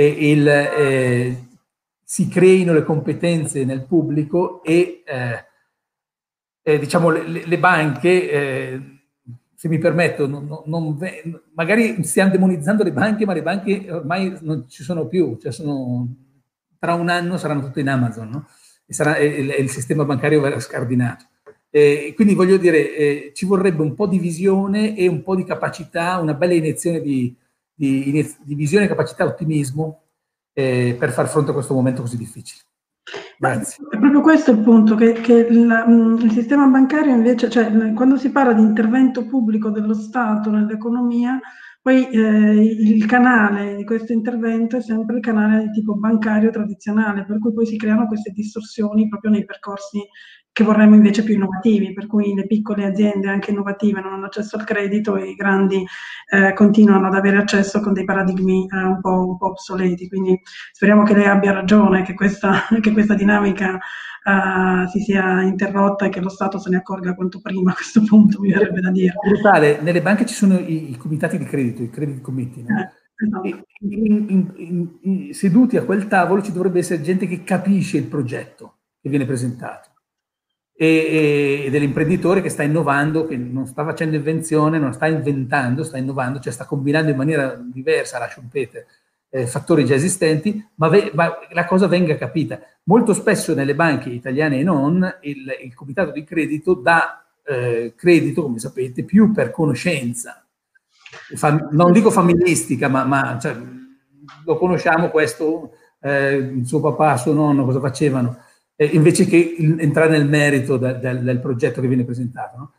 e si creino le competenze nel pubblico e diciamo le banche, se mi permetto, magari stiamo demonizzando le banche, ma le banche ormai non ci sono più, cioè tra un anno saranno tutte in Amazon, no? E il sistema bancario verrà scardinato. Quindi voglio dire, ci vorrebbe un po' di visione e un po' di capacità, una bella iniezione di visione, capacità, ottimismo per far fronte a questo momento così difficile. Grazie. È proprio questo il punto, che il sistema bancario invece, cioè quando si parla di intervento pubblico dello Stato nell'economia, poi il canale di questo intervento è sempre il canale di tipo bancario tradizionale, per cui poi si creano queste distorsioni proprio nei percorsi che vorremmo invece più innovativi, per cui le piccole aziende anche innovative non hanno accesso al credito e i grandi continuano ad avere accesso con dei paradigmi un po' obsoleti. Quindi speriamo che lei abbia ragione, che questa dinamica si sia interrotta e che lo Stato se ne accorga quanto prima. A questo punto mi verrebbe da dire. Brutale, nelle banche ci sono i comitati di credito, i credit committee, no? Esatto. Seduti a quel tavolo ci dovrebbe essere gente che capisce il progetto che viene presentato e dell'imprenditore che sta innovando, che non sta facendo invenzione, non sta inventando, sta innovando, cioè sta combinando in maniera diversa, la Schumpeter, fattori già esistenti, ma la cosa venga capita. Molto spesso nelle banche italiane e non, il comitato di credito dà credito, come sapete, più per conoscenza. Non dico familistica, ma cioè, lo conosciamo questo, suo papà, suo nonno, cosa facevano, invece che entrare nel merito del progetto che viene presentato. No?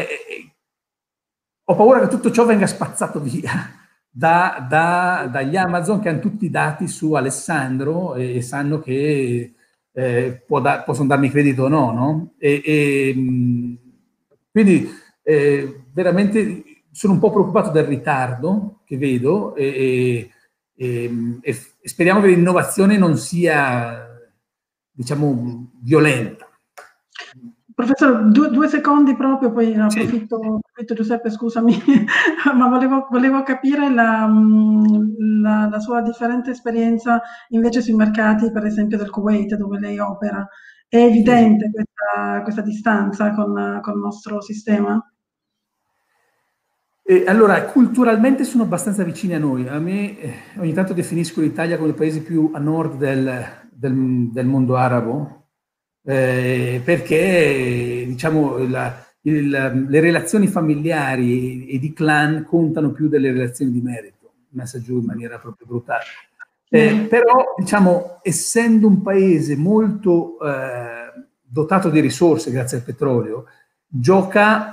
Ho paura che tutto ciò venga spazzato via dagli Amazon, che hanno tutti i dati su Alessandro e sanno che possono darmi credito o no, no? Quindi veramente sono un po' preoccupato del ritardo che vedo e speriamo che l'innovazione non sia, diciamo, violenta. Professore, due secondi proprio, poi approfitto, Giuseppe, scusami, ma volevo capire la sua differente esperienza invece sui mercati, per esempio del Kuwait, dove lei opera. È evidente questa distanza con il nostro sistema? Allora, culturalmente sono abbastanza vicini a noi. A me ogni tanto definisco l'Italia come il paese più a nord del mondo arabo, perché diciamo le relazioni familiari e di clan contano più delle relazioni di merito, messa giù in maniera proprio brutale. Però diciamo, essendo un paese molto dotato di risorse grazie al petrolio, gioca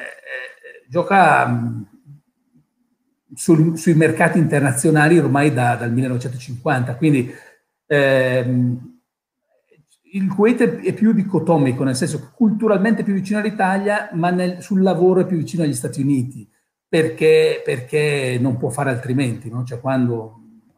sui mercati internazionali ormai dal 1950, quindi il Kuwait è più dicotomico, nel senso che culturalmente è più vicino all'Italia, ma sul lavoro è più vicino agli Stati Uniti, perché non può fare altrimenti, no? Cioè quando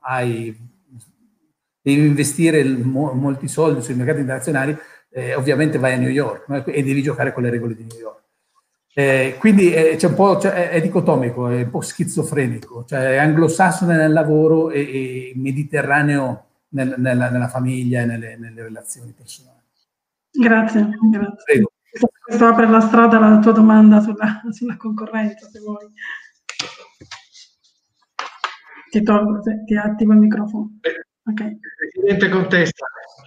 devi investire molti soldi sui mercati internazionali, ovviamente vai a New York, no? E devi giocare con le regole di New York. Quindi c'è un po', è dicotomico, è un po' schizofrenico, cioè è anglosassone nel lavoro e mediterraneo nella famiglia e nelle relazioni personali. Grazie. Prego. Questo apre la strada alla tua domanda sulla concorrenza, se vuoi. Ti attivo il microfono. Okay. Presidente Contessa,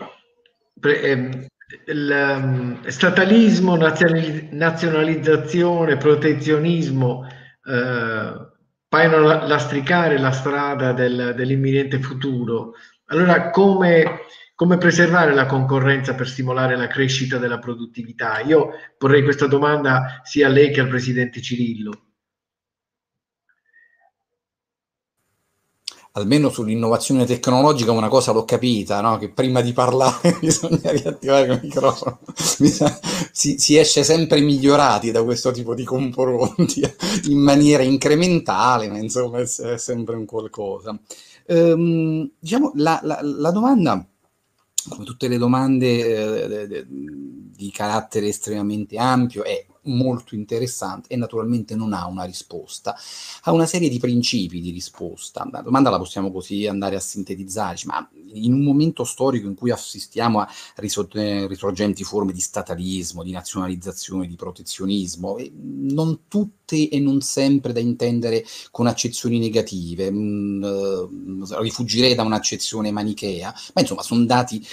statalismo, nazionalizzazione, protezionismo paiono lastricare la strada dell'imminente futuro. Allora, come preservare la concorrenza per stimolare la crescita della produttività? Io porrei questa domanda sia a lei che al Presidente Cirillo. Almeno sull'innovazione tecnologica una cosa l'ho capita, no? Che prima di parlare bisogna riattivare il microfono. Si esce sempre migliorati da questo tipo di confronti in maniera incrementale, ma insomma è sempre un qualcosa. Diciamo, la domanda, come tutte le domande di carattere estremamente ampio, è molto interessante e naturalmente non ha una risposta, ha una serie di principi di risposta. La domanda la possiamo così andare a sintetizzare, ma in un momento storico in cui assistiamo a risorgenti forme di statalismo, di nazionalizzazione, di protezionismo, non tutte e non sempre da intendere con accezioni negative, rifugirei da un'accezione manichea, ma insomma sono dati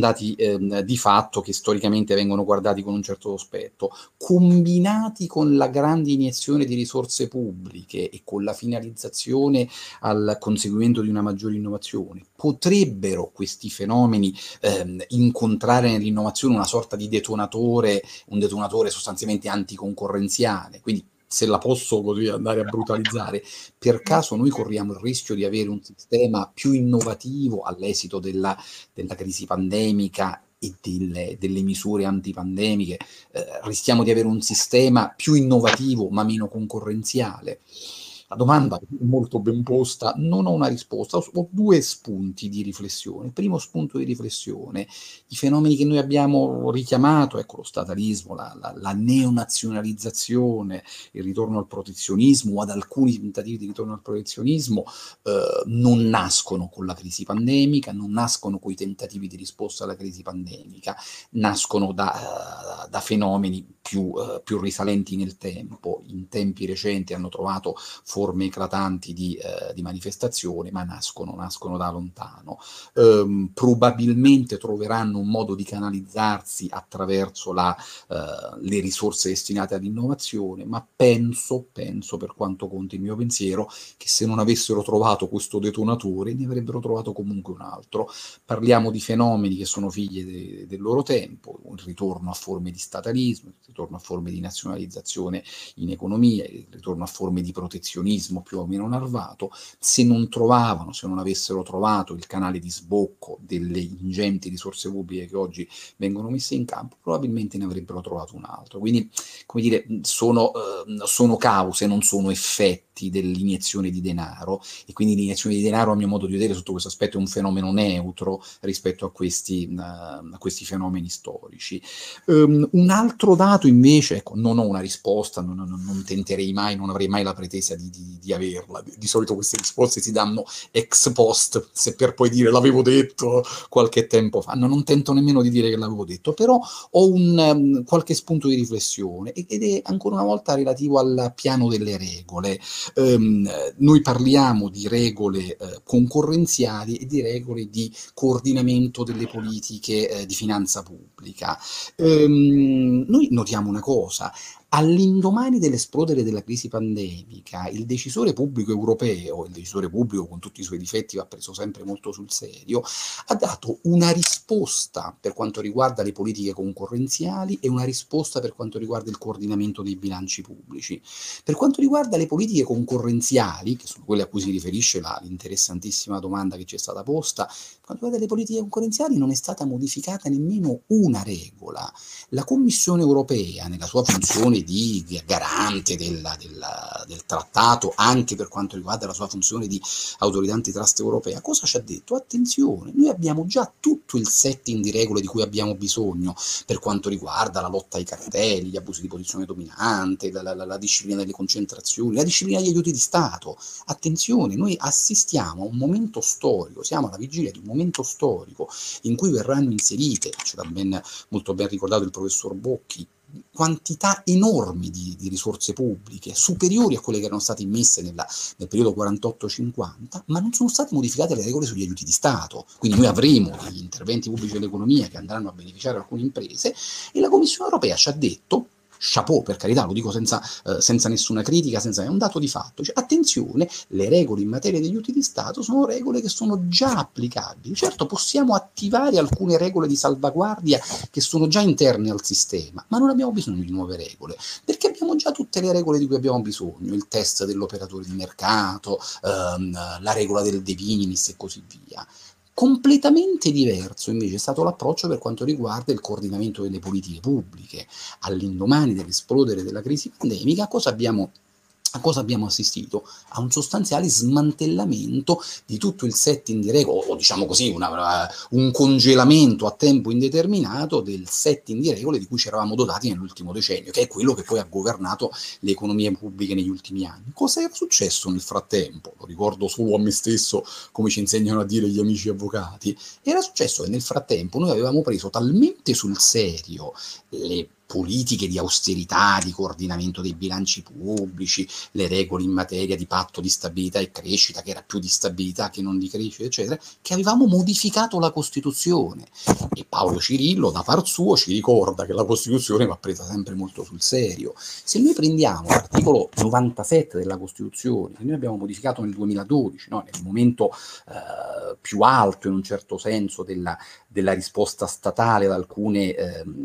di fatto che storicamente vengono guardati con un certo sospetto, combinati con la grande iniezione di risorse pubbliche e con la finalizzazione al conseguimento di una maggiore innovazione, potrebbero questi fenomeni incontrare nell'innovazione una sorta di detonatore, un detonatore sostanzialmente anticoncorrenziale. Quindi, se la posso così andare a brutalizzare, per caso noi corriamo il rischio di avere un sistema più innovativo all'esito della crisi pandemica e delle misure antipandemiche, rischiamo di avere un sistema più innovativo ma meno concorrenziale? La domanda è molto ben posta, non ho una risposta, ho due spunti di riflessione. Il primo spunto di riflessione, i fenomeni che noi abbiamo richiamato, ecco, lo statalismo, la neonazionalizzazione, il ritorno al protezionismo, o ad alcuni tentativi di ritorno al protezionismo, non nascono con la crisi pandemica, non nascono con i tentativi di risposta alla crisi pandemica, nascono da fenomeni più risalenti nel tempo. In tempi recenti hanno trovato forme eclatanti di manifestazione, ma nascono da lontano. Probabilmente troveranno un modo di canalizzarsi attraverso le risorse destinate all'innovazione, ma penso, per quanto conti il mio pensiero, che se non avessero trovato questo detonatore ne avrebbero trovato comunque un altro. Parliamo di fenomeni che sono figli del loro tempo, il ritorno a forme di statalismo, il ritorno a forme di nazionalizzazione in economia, il ritorno a forme di protezionismo più o meno larvato. Se non avessero trovato il canale di sbocco delle ingenti risorse pubbliche che oggi vengono messe in campo, probabilmente ne avrebbero trovato un altro. Quindi, come dire, sono cause, non sono effetti dell'iniezione di denaro, e quindi l'iniezione di denaro, a mio modo di vedere, sotto questo aspetto è un fenomeno neutro rispetto a questi fenomeni storici. Un altro dato invece, ecco, non ho una risposta, non tenterei mai, non avrei mai la pretesa di averla. Di solito queste risposte si danno ex post, se per poi dire l'avevo detto qualche tempo fa. No, non tento nemmeno di dire che l'avevo detto, però ho qualche spunto di riflessione, ed è ancora una volta relativo al piano delle regole. Noi parliamo di regole concorrenziali e di regole di coordinamento delle politiche di finanza pubblica. Noi notiamo una cosa: all'indomani dell'esplodere della crisi pandemica, il decisore pubblico europeo, il decisore pubblico con tutti i suoi difetti va preso sempre molto sul serio, ha dato una risposta per quanto riguarda le politiche concorrenziali e una risposta per quanto riguarda il coordinamento dei bilanci pubblici. Per quanto riguarda le politiche concorrenziali, che sono quelle a cui si riferisce l'interessantissima domanda che ci è stata posta, per quanto riguarda le politiche concorrenziali non è stata modificata nemmeno una regola. La Commissione europea, nella sua funzione di garante del trattato, anche per quanto riguarda la sua funzione di autorità antitrust europea, cosa ci ha detto? Attenzione, noi abbiamo già tutto il setting di regole di cui abbiamo bisogno per quanto riguarda la lotta ai cartelli, gli abusi di posizione dominante, la disciplina delle concentrazioni, la disciplina degli aiuti di Stato. Attenzione, noi assistiamo a un momento storico, siamo alla vigilia di un momento storico in cui verranno inserite, ce l'ha molto ben ricordato il professor Bocchi, quantità enormi di risorse pubbliche, superiori a quelle che erano state immesse nel periodo 48-50, ma non sono state modificate le regole sugli aiuti di Stato. Quindi noi avremo degli interventi pubblici dell'economia che andranno a beneficiare alcune imprese, e la Commissione europea ci ha detto, chapeau, per carità, lo dico senza nessuna critica, è un dato di fatto, cioè, attenzione, le regole in materia di aiuti di Stato sono regole che sono già applicabili. Certo, possiamo attivare alcune regole di salvaguardia che sono già interne al sistema, ma non abbiamo bisogno di nuove regole, perché abbiamo già tutte le regole di cui abbiamo bisogno, il test dell'operatore di mercato, la regola del de minimis e così via. Completamente diverso invece è stato l'approccio per quanto riguarda il coordinamento delle politiche pubbliche. All'indomani dell'esplodere della crisi pandemica, a cosa abbiamo assistito? A un sostanziale smantellamento di tutto il setting di regole, o diciamo così, un congelamento a tempo indeterminato del setting di regole di cui ci eravamo dotati nell'ultimo decennio, che è quello che poi ha governato le economie pubbliche negli ultimi anni. Cosa era successo nel frattempo? Lo ricordo solo a me stesso, come ci insegnano a dire gli amici avvocati. Era successo che nel frattempo noi avevamo preso talmente sul serio le politiche di austerità, di coordinamento dei bilanci pubblici, le regole in materia di patto di stabilità e crescita, che era più di stabilità che non di crescita, eccetera, che avevamo modificato la Costituzione. E Paolo Cirillo, da par suo, ci ricorda che la Costituzione va presa sempre molto sul serio. Se noi prendiamo l'articolo 97 della Costituzione, che noi abbiamo modificato nel 2012, no? Nel momento più alto, in un certo senso, della risposta statale ad alcune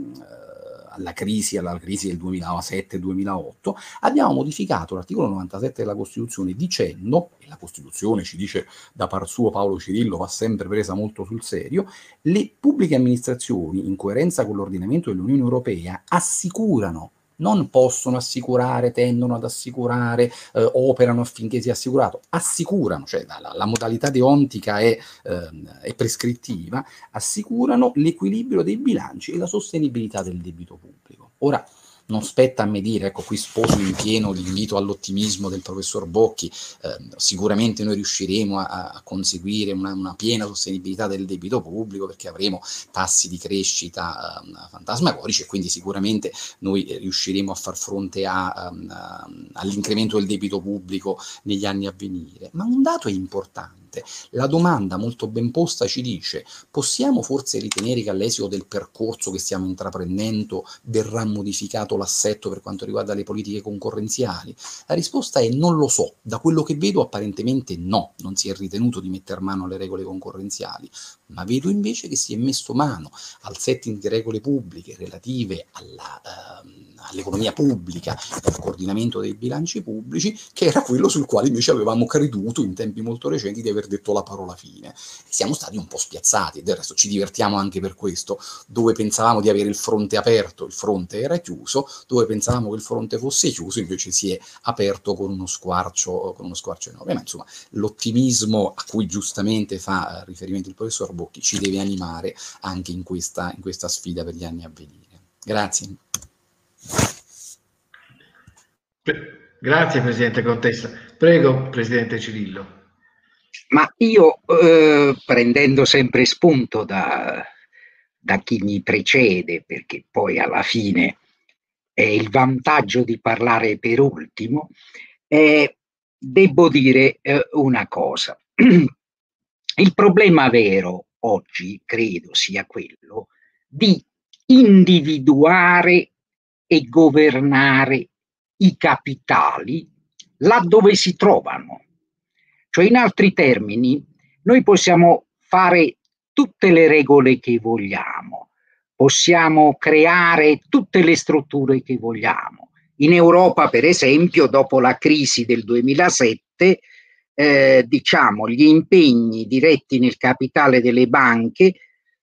alla crisi del 2007-2008, abbiamo modificato l'articolo 97 della Costituzione dicendo, e la Costituzione ci dice da par suo Paolo Cirillo va sempre presa molto sul serio, le pubbliche amministrazioni, in coerenza con l'ordinamento dell'Unione Europea, assicurano, non possono assicurare, tendono ad assicurare, operano affinché sia assicurato, assicurano, cioè la modalità deontica è prescrittiva, assicurano l'equilibrio dei bilanci e la sostenibilità del debito pubblico. Ora, non spetta a me dire, ecco qui sposo in pieno l'invito all'ottimismo del professor Bocchi, sicuramente noi riusciremo a conseguire una piena sostenibilità del debito pubblico, perché avremo tassi di crescita fantasmagorici, e quindi sicuramente noi riusciremo a far fronte all'incremento del debito pubblico negli anni a venire. Ma un dato è importante. La domanda molto ben posta ci dice: possiamo forse ritenere che all'esito del percorso che stiamo intraprendendo verrà modificato l'assetto per quanto riguarda le politiche concorrenziali? La risposta è non lo so, da quello che vedo apparentemente no, non si è ritenuto di metter mano alle regole concorrenziali, ma vedo invece che si è messo mano al setting di regole pubbliche relative all'economia pubblica e al coordinamento dei bilanci pubblici, che era quello sul quale invece avevamo creduto in tempi molto recenti di aver detto la parola fine. Siamo stati un po' spiazzati, del resto ci divertiamo anche per questo. Dove pensavamo di avere il fronte aperto, il fronte era chiuso; dove pensavamo che il fronte fosse chiuso, invece si è aperto con uno squarcio enorme. Ma insomma, l'ottimismo a cui giustamente fa riferimento il professor Bocchi ci deve animare anche in questa sfida per gli anni a venire. Grazie. Grazie Presidente Contessa. Prego Presidente Cirillo. Ma io, prendendo sempre spunto da chi mi precede, perché poi alla fine è il vantaggio di parlare per ultimo, devo dire una cosa. Il problema vero oggi credo sia quello di individuare e governare i capitali laddove si trovano. Cioè, in altri termini, noi possiamo fare tutte le regole che vogliamo, possiamo creare tutte le strutture che vogliamo. In Europa, per esempio, dopo la crisi del 2007, diciamo, gli impegni diretti nel capitale delle banche,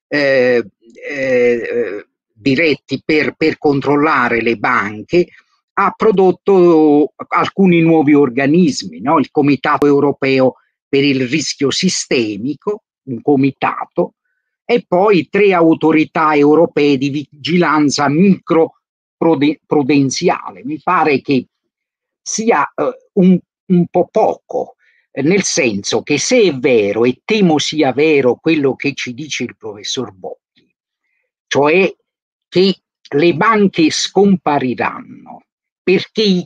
diretti per controllare le banche, ha prodotto alcuni nuovi organismi, no? Il Comitato Europeo per il Rischio Sistemico, un comitato, e poi 3 autorità europee di vigilanza microprudenziale. Mi pare che sia un po' poco, nel senso che se è vero, e temo sia vero quello che ci dice il professor Bocchi, cioè che le banche scompariranno perché i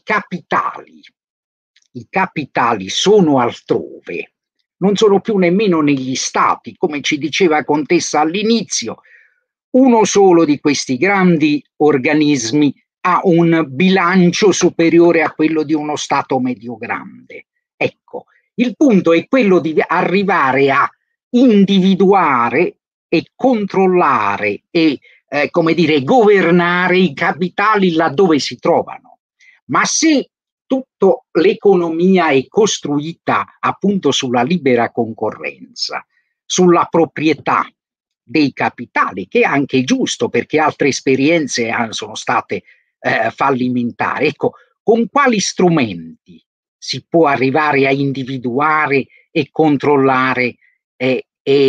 capitali sono altrove, non sono più nemmeno negli stati, come ci diceva Contessa all'inizio. Uno solo di questi grandi organismi ha un bilancio superiore a quello di uno stato medio grande. Ecco, il punto è quello di arrivare a individuare e controllare e come dire, governare i capitali laddove si trovano. Ma se tutta l'economia è costruita appunto sulla libera concorrenza, sulla proprietà dei capitali, che è anche giusto perché altre esperienze sono state fallimentari. Ecco, con quali strumenti si può arrivare a individuare e controllare e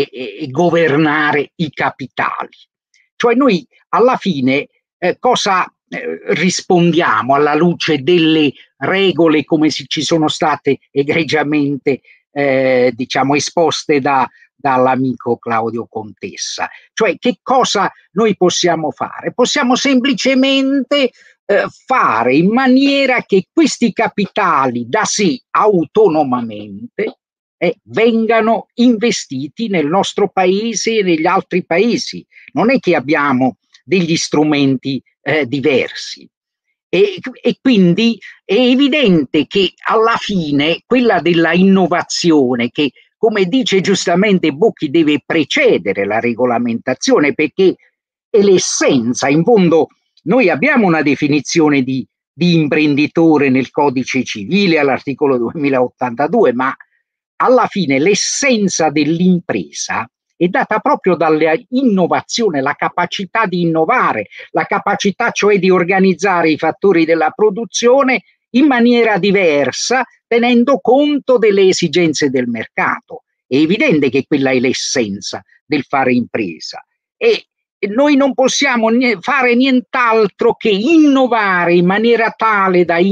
governare i capitali? Cioè noi alla fine cosa rispondiamo alla luce delle regole come ci sono state egregiamente diciamo esposte dall'amico Claudio Contessa? Cioè che cosa noi possiamo fare? Possiamo semplicemente fare in maniera che questi capitali da sé autonomamente vengano investiti nel nostro paese e negli altri paesi. Non è che abbiamo degli strumenti diversi. E quindi è evidente che alla fine quella della innovazione, che come dice giustamente Bocchi deve precedere la regolamentazione, perché è l'essenza. In fondo noi abbiamo una definizione di imprenditore nel codice civile all'articolo 2082, ma alla fine l'essenza dell'impresa è data proprio dall'innovazione, la capacità di innovare, la capacità cioè di organizzare i fattori della produzione in maniera diversa, tenendo conto delle esigenze del mercato. È evidente che quella è l'essenza del fare impresa. E noi non possiamo fare nient'altro che innovare in maniera tale da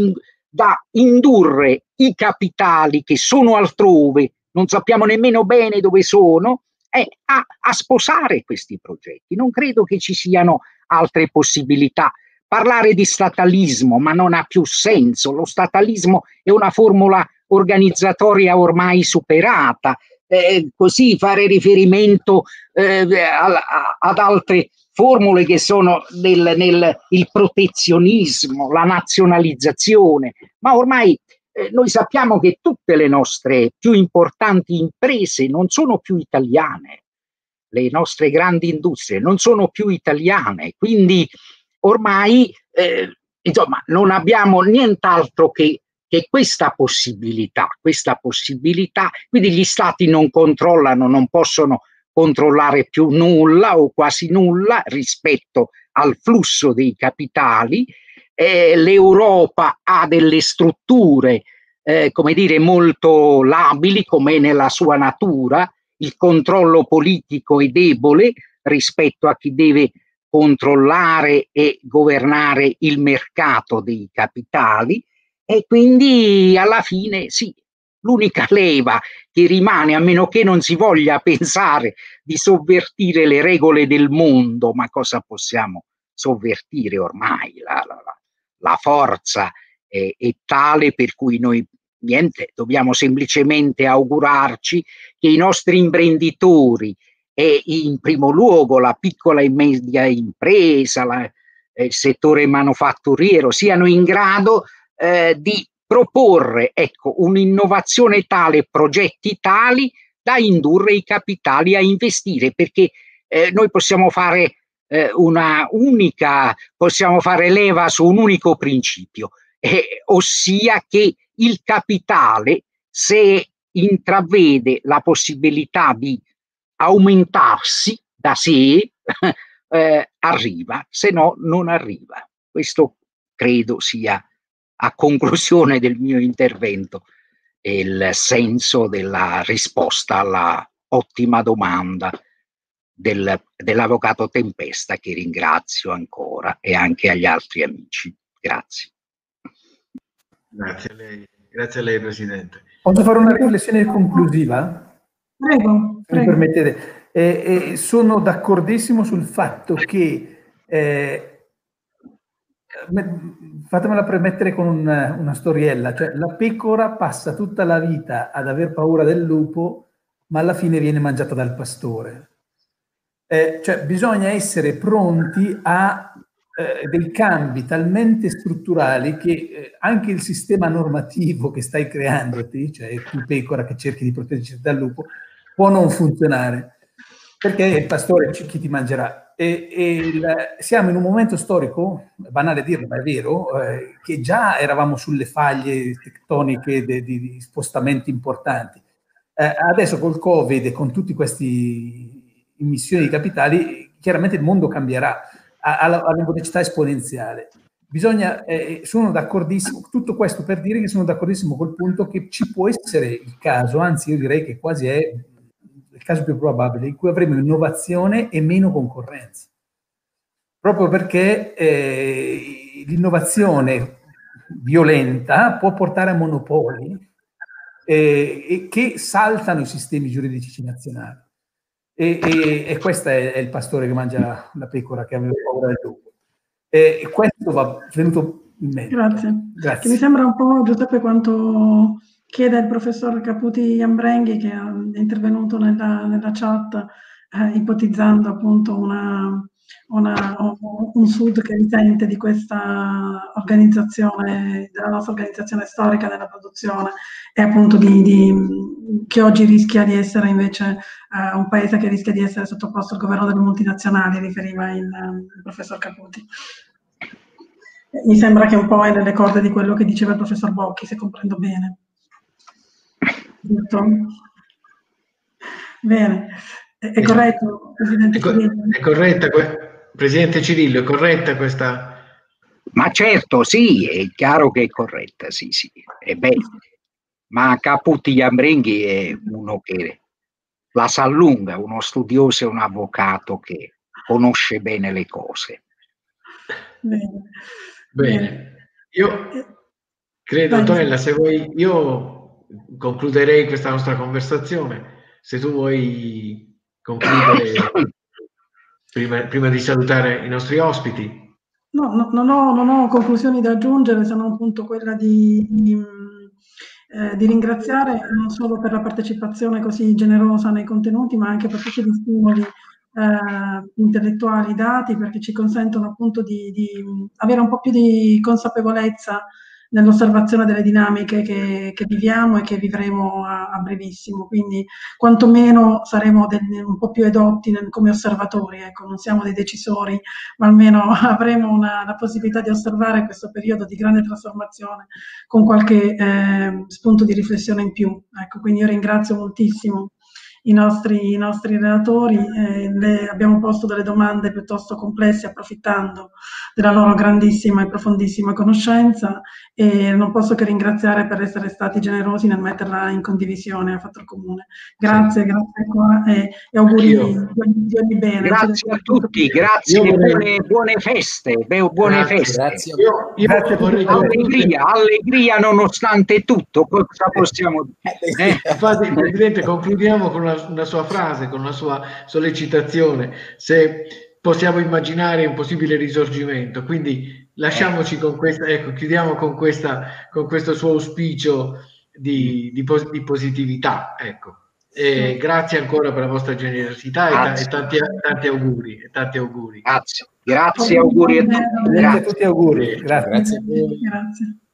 indurre i capitali che sono altrove, non sappiamo nemmeno bene dove sono, a sposare questi progetti. Non credo che ci siano altre possibilità. Parlare di statalismo, ma non ha più senso. Lo statalismo è una formula organizzatoria ormai superata. Così fare riferimento ad altre formule che sono il protezionismo, la nazionalizzazione, ma ormai noi sappiamo che tutte le nostre più importanti imprese non sono più italiane, le nostre grandi industrie non sono più italiane, quindi ormai insomma non abbiamo nient'altro che questa possibilità, quindi gli stati non controllano, non possono controllare più nulla o quasi nulla rispetto al flusso dei capitali. L'Europa ha delle strutture come dire molto labili come nella sua natura, il controllo politico è debole rispetto a chi deve controllare e governare il mercato dei capitali, e quindi alla fine sì, l'unica leva che rimane, a meno che non si voglia pensare di sovvertire le regole del mondo, ma cosa possiamo sovvertire ormai? La forza è tale per cui noi niente, dobbiamo semplicemente augurarci che i nostri imprenditori e in primo luogo la piccola e media impresa, il settore manufatturiero siano in grado di proporre un'innovazione tale, progetti tali da indurre i capitali a investire, perché noi possiamo fare possiamo fare leva su un unico principio, ossia che il capitale, se intravede la possibilità di aumentarsi da sé, arriva, se no non arriva. Questo credo sia a conclusione del mio intervento il senso della risposta alla ottima domanda dell'avvocato Tempesta, che ringrazio ancora, e anche agli altri amici. Grazie. Grazie a lei Presidente. Posso fare una riflessione conclusiva? Prego. Se mi permettete. Sono d'accordissimo sul fatto che, fatemela premettere con una storiella, cioè la pecora passa tutta la vita ad aver paura del lupo, ma alla fine viene mangiata dal pastore. Cioè bisogna essere pronti a dei cambi talmente strutturali che anche il sistema normativo che stai creandoti, cioè tu pecora che cerchi di proteggerti dal lupo, può non funzionare, perché il pastore chi ti mangerà. Siamo in un momento storico, è banale dirlo, ma è vero, che già eravamo sulle faglie tettoniche di spostamenti importanti. Adesso col Covid e con tutti questi immissioni di capitali, chiaramente il mondo cambierà alla velocità esponenziale. Sono d'accordissimo, tutto questo per dire che sono d'accordissimo col punto che ci può essere il caso, anzi io direi che quasi è il caso più probabile, in cui avremo innovazione e meno concorrenza. Proprio perché l'innovazione violenta può portare a monopoli che saltano i sistemi giuridici nazionali. E questo è il pastore che mangia la pecora che aveva paura del lupo. E questo va venuto in mente. Grazie. Che mi sembra un po', Giuseppe, quanto chiede il professor Caputi Jambrenghi, che è intervenuto nella chat, ipotizzando appunto un Sud che risente di questa organizzazione, della nostra organizzazione storica della produzione, e appunto che oggi rischia di essere invece un paese che rischia di essere sottoposto al governo delle multinazionali, riferiva il professor Caputi. Mi sembra che un po' è nelle corde di quello che diceva il professor Bocchi, se comprendo bene. Giusto? Bene. È corretto, Presidente Cirillo? È corretta, Presidente Cirillo, è corretta questa? Ma certo, sì, è chiaro che è corretta, sì. Ma Caputi Jambrenghi è uno che la sa lunga, uno studioso e un avvocato che conosce bene le cose. Bene. Io credo, Antonella, se vuoi, io concluderei questa nostra conversazione. Se tu vuoi concludere prima di salutare i nostri ospiti. No, non ho conclusioni da aggiungere, se non appunto quella di ringraziare non solo per la partecipazione così generosa nei contenuti, ma anche per tutti gli stimoli intellettuali dati, perché ci consentono appunto di avere un po' più di consapevolezza nell'osservazione delle dinamiche che viviamo e che vivremo a brevissimo, quindi quantomeno saremo un po' più edotti come osservatori, ecco, non siamo dei decisori, ma almeno avremo la possibilità di osservare questo periodo di grande trasformazione con qualche spunto di riflessione in più. Ecco, quindi io ringrazio moltissimo i nostri relatori, abbiamo posto delle domande piuttosto complesse approfittando della loro grandissima e profondissima conoscenza, e non posso che ringraziare per essere stati generosi nel metterla in condivisione a fattor comune. Grazie, sì. Grazie ancora e auguri di ogni bene. Grazie a tutti, grazie, buone feste, buone feste. Grazie. Io allegria nonostante tutto, cosa possiamo dire? Infatti, Presidente, concludiamo con una sua frase, con una sua sollecitazione, se possiamo immaginare un possibile risorgimento, quindi lasciamoci con questa, ecco, chiudiamo con questo suo auspicio di positività, ecco. E grazie ancora per la vostra generosità e tanti auguri. Grazie, auguri a tutti. Grazie a tutti, auguri. Grazie.